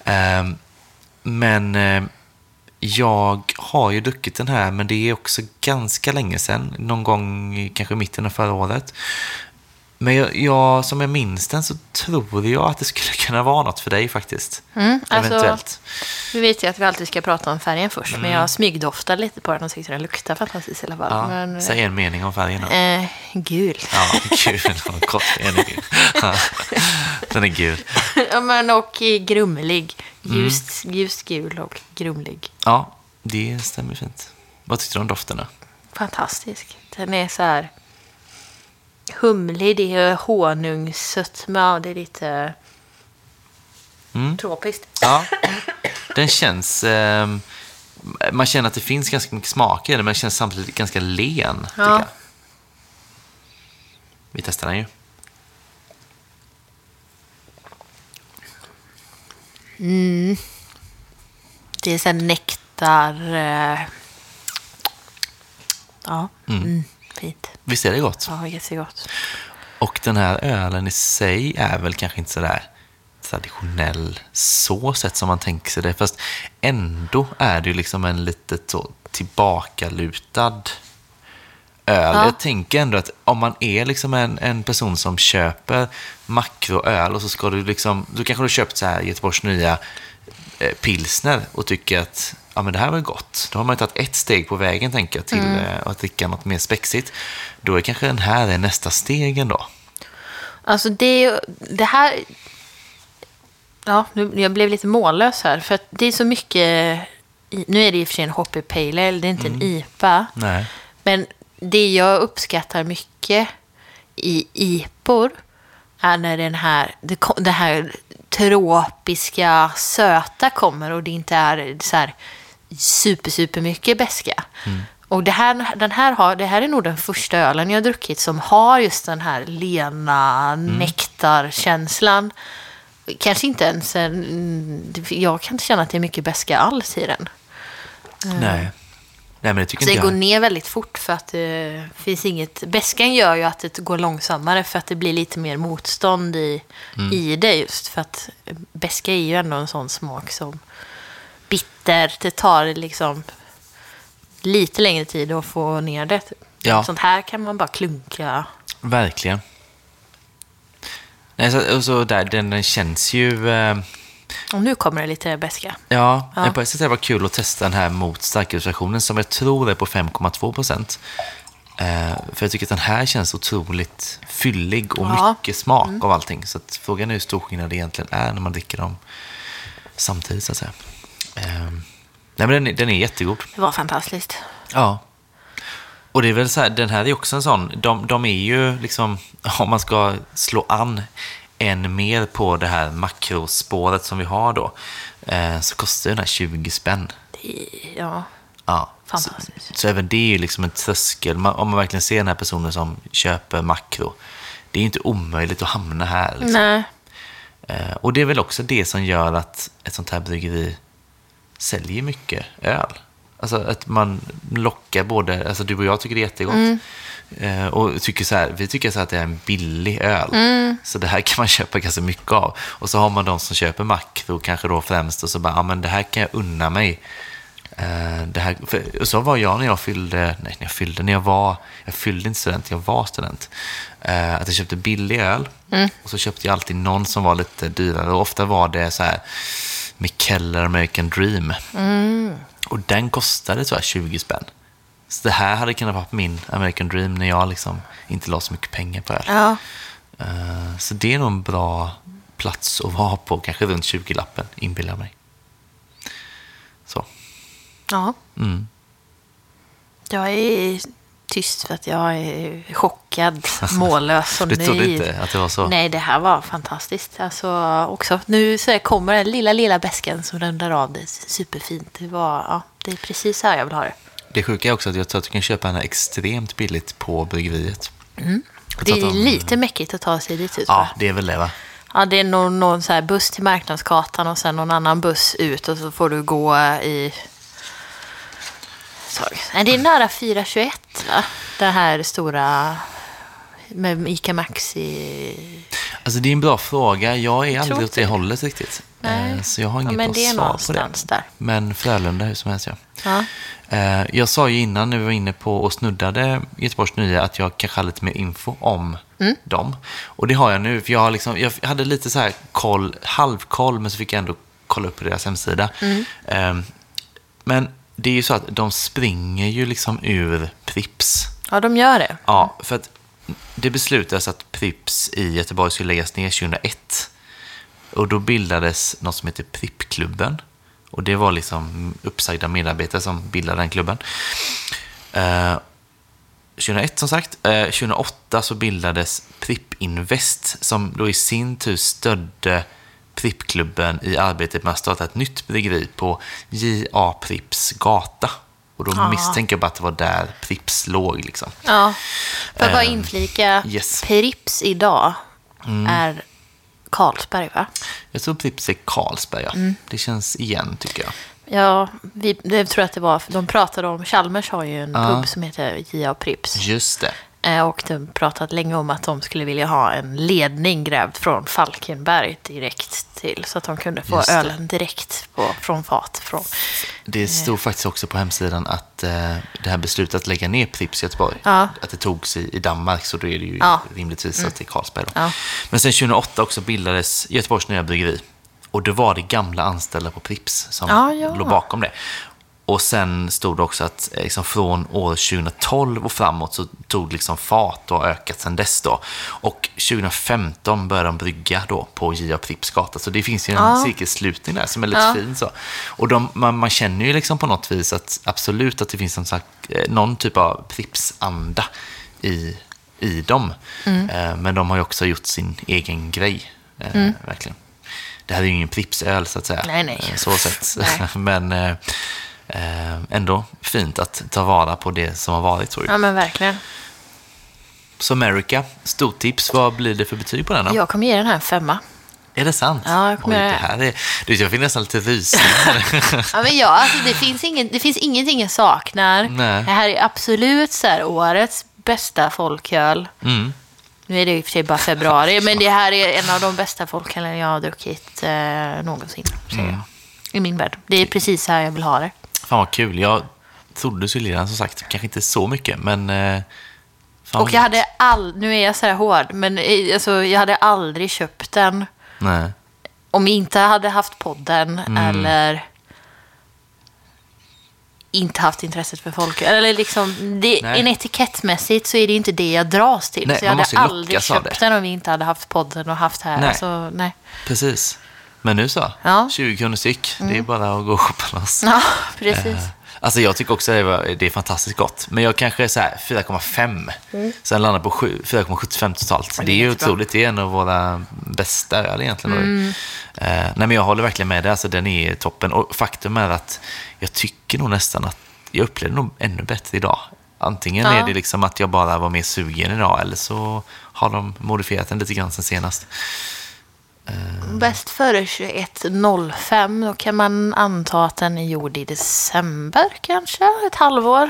Men jag har ju druckit den här, men det är också ganska länge sedan. Någon gång kanske i mitten av förra året. Men jag, som jag minns den så tror jag att det skulle kunna vara något för dig faktiskt. Eventuellt. Alltså, vi vet ju att vi alltid ska prata om färgen först. Men jag smygdoftade lite på den och tyckte den luktar fantastiskt i alla fall. Ja, men, säg en mening om färgen då. Gul. Ja, gul. Ja, den är gul. Ja, men och grumlig. Ljust gul och grumlig. Ja, det stämmer fint. Vad tyckte du om doften då? Fantastisk. Den är så här humlig, det är honungssötma och det är lite tropiskt. Ja, den känns... man känner att det finns ganska mycket smak i den, men den känns samtidigt ganska len, tycker jag. Vi testar den ju. Det är så här nektar... fint. Visst är det gott? Ja, jättegott. Och den här ölen i sig är väl kanske inte så där traditionell så sätt som man tänker sig det. Fast ändå är det ju liksom en lite så tillbakalutad öl. Jag tänker ändå att om man är liksom en person som köper makroöl och så ska du liksom, då kanske du köpt så här Göteborgs nya pilsner och tycker att ja, men det här var gott. Då har man tagit ett steg på vägen, tänker jag, till att dricka något mer spexigt. Då är kanske den här är nästa steg ändå. Alltså det här... Ja, jag blev lite mållös här. För att det är så mycket... Nu är det i och för sig en Hoppy Pale Ale, det är inte en IPA. Nej. Men det jag uppskattar mycket i IPOR är när det här tropiska söta kommer och det inte är så här super mycket beska. Och det här är nog den första ölen jag har druckit som har just den här lena nektarkänslan. Kanske inte ens jag kan inte känna att det är mycket beska alls i den. Nej, men det tycker så inte det jag. går ner väldigt fort för att det finns inget... Beskan gör ju att det går långsammare för att det blir lite mer motstånd i det, just för att beska är ju ändå en sån smak som bitter. Det tar liksom lite längre tid att få ner det. Ja. Sånt här kan man bara klunka. Verkligen. Nej, så där, den känns ju... Och nu kommer det lite beska. Ja. Men på ett sätt är det var kul att testa den här mot starkölsversionen som jag tror är på 5,2%. För jag tycker att den här känns otroligt fyllig och mycket smak av allting. Så att frågan är hur stor skillnad det egentligen är när man dricker dem samtidigt, så att säga. Nej, men den är jättegod. Det var fantastiskt. Ja. Och det är väl så här, den här är också en sån, de är ju liksom, om man ska slå an än mer på det här makrospåret som vi har då, så kostar den här 20 spänn. Ja. Fantastiskt. Så även det är ju liksom en tröskel. Om man verkligen ser den här personen som köper makro, det är ju inte omöjligt att hamna här. Liksom. Nej. Och det är väl också det som gör att ett sånt här bryggeri säljer mycket öl. Alltså att man lockar både, alltså du och jag tycker det är jättegott. Och tycker så här, vi tycker så här att det är en billig öl. Så det här kan man köpa ganska mycket av. Och så har man de som köper makro kanske då främst och så bara, ja men det här kan jag unna mig. Det här, och så var jag när jag fyllde inte student, jag var student. Att jag köpte billig öl. Och så köpte jag alltid någon som var lite dyrare. Och ofta var det så här Mikkeller American Dream. Och den kostade så här 20 spänn. Så det här hade kunnat vara på min American Dream när jag liksom inte la så mycket pengar på öl. Ja. Så det är nog en bra plats att vara på. Kanske runt 20-lappen, inbillar mig. Så. Ja. Jag är tyst för att jag är chockad, mållös. Du trodde inte att det var så? Nej, det här var fantastiskt. Alltså, också, nu så kommer den lilla bäskan som rundar av det superfint. Det är precis så här jag vill ha det. Det sjuka är också att jag tror att du kan köpa den här extremt billigt på bryggeriet. Det är lite mäckigt att ta sig dit ut. Ja, det är väl det, va? Ja, det är någon så här buss till Marknadsgatan och sen någon annan buss ut och så får du gå i... Nej, det är nära 421, va? Det här stora med ICA Maxi. Alltså det är en bra fråga. Jag är aldrig åt det hållet riktigt. Nej. Så jag har inget men det är svar på det. Där. Men Frölunda, hur som helst, ja. Jag sa ju innan när vi var inne på och snuddade Göteborgs Nya att jag kanske hade lite mer info om dem. Och det har jag nu. För jag hade lite så här halvkoll, men så fick jag ändå kolla upp på deras hemsida. Men det är ju så att de springer ju liksom ur Pripps. Ja, de gör det. Ja, för att det beslutades att Pripps i Göteborg skulle läggas ner 2001. Och då bildades något som heter Prippklubben. Och det var liksom uppsagda medarbetare som bildade den klubben. 2001 som sagt. 2008 så bildades Prippinvest som då i sin tur stödde Prippklubben i arbetet med att starta ett nytt bryggeri på J.A. Pripps gata. Och då misstänker jag bara att det var där Pripps låg liksom. Ja, för att bara inflika, Pripps idag är Carlsberg, va? Jag tror Pripps är Carlsberg, ja. Det känns igen, tycker jag. Ja, det tror jag att det var. De pratade om, Chalmers har ju en pub som heter J.A. Pripps. Just det. Och de pratat länge om att de skulle vilja ha en ledning grävd från Falkenberg direkt till, så att de kunde få ölen direkt från fat. Det stod faktiskt också på hemsidan att det här beslutet att lägga ner Pripps i Göteborg, att det togs i Danmark, så då är det ju rimligtvis att det är Carlsberg då. Ja. Men sen 2008 också bildades Göteborgs Nya Bryggeri. Och det var det gamla anställda på Pripps som låg bakom det. Och sen stod det också att liksom från år 2012 och framåt så tog liksom fart och ökat sen dess då. Och 2015 började de brygga då på J.A. Pripps gata. Så det finns ju en cirkelslutning där som är lite fin så. Och man känner ju liksom på något vis att absolut att det finns någon typ av Pripps-anda i dem. Men de har ju också gjort sin egen grej, verkligen. Det här är ju ingen Pripps-öl så att säga. Nej. Så sätt. Men ändå fint att ta vara på det som har varit, tror jag. Ja, men verkligen. Så America, stort tips. Vad blir det för betyg på den då? Jag kommer ge den här en 5. Är det sant? Ja, jag kommer jag finner nästan lite rysning. Ja, men alltså, det finns ingenting jag saknar. Nej. Det här är absolut så här årets bästa folköl. Nu är det ju för sig bara februari, men det här är en av de bästa folkölen jag har druckit någonsin, säger jag. I min värld. Det är precis så här jag vill ha det. Fan vad kul. Jag trodde så lite, som sagt, kanske inte så mycket, men och jag hade nu är jag så här hård, men alltså, jag hade aldrig köpt den. Nej. Om jag inte hade haft podden eller inte haft intresset för folk. Eller liksom, en etikettmässigt så är det inte det jag dras till. Nej, så jag hade aldrig köpt den om vi inte hade haft podden och haft här. Nej. Alltså, nej. Precis. Men nu så, 20 kronor styck. Det är bara att gå och shoppa loss. Ja, precis. Alltså jag tycker också det är fantastiskt gott. Men jag kanske är så här 4,5. Sen landar på 4,75 totalt. Det är ju otroligt. Det är en av våra bästa öl egentligen. Nej, men jag håller verkligen med det. Alltså den är toppen. Och faktum är att jag tycker nog nästan att jag upplevde nog ännu bättre idag. Antingen är det liksom att jag bara var mer sugen idag, eller så har de modifierat den lite grann sen senast. Bäst före 21.05. Då kan man anta att den är gjord i december kanske, ett halvår.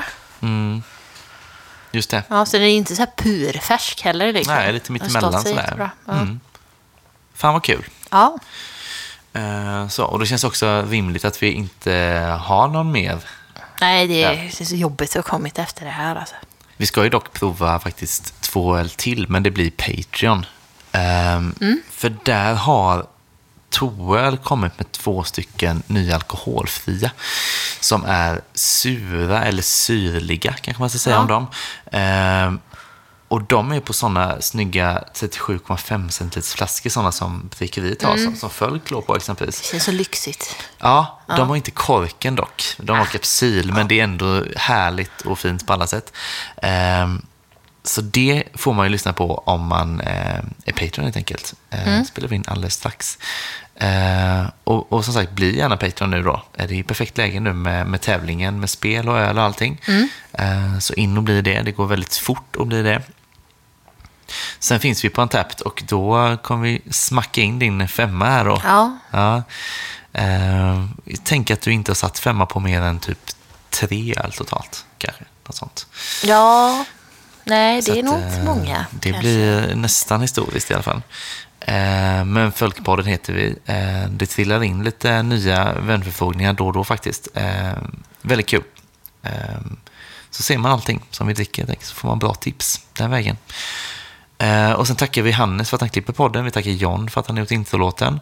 Just det. Ja, så den är inte så här purfärsk heller. Liksom. Nej, lite mittemellan sådär. Fan vad kul. Ja. Så, och det känns också rimligt att vi inte har någon mer. Nej, det är så jobbigt att ha kommit efter det här. Alltså. Vi ska ju dock prova faktiskt 2 öl till, men det blir Patreon. För där har Toöl kommit med 2 stycken nya alkoholfria som är sura eller syrliga, kanske man ska säga om dem. Och de är på sådana snygga 37,5 centiliters flaskor, sådana som bryggeriet har, som Fölklå på exempelvis. Det känns så lyxigt. Ja, de har inte korken dock. De har kapsyl, men det är ändå härligt och fint på alla sätt. Så det får man ju lyssna på om man är Patreon helt enkelt. Spelar vi in alldeles strax. Och som sagt, bli gärna Patreon nu då. Det är perfekt läge nu med tävlingen, med spel och öl och allting. Så in och bli det. Det går väldigt fort att bli det. Sen finns vi på Untapped och då kommer vi smacka in din 5 här då. Ja. Tänk att du inte har satt 5 på mer än typ 3 allt totalt, kanske. Något sånt. Ja, nej, det är nog inte många. Det kanske blir nästan historiskt i alla fall. Men Folkpodden heter vi. Det trillar in lite nya vänförfrågningar då och då faktiskt. Väldigt kul. Så ser man allting som vi dricker, så får man bra tips den vägen. Och sen tackar vi Hannes för att han klipper podden. Vi tackar John för att han har gjort introlåten.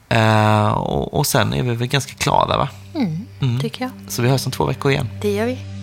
Och sen är vi väl ganska klara, va? Tycker jag. Så vi hörs om 2 veckor igen. Det gör vi.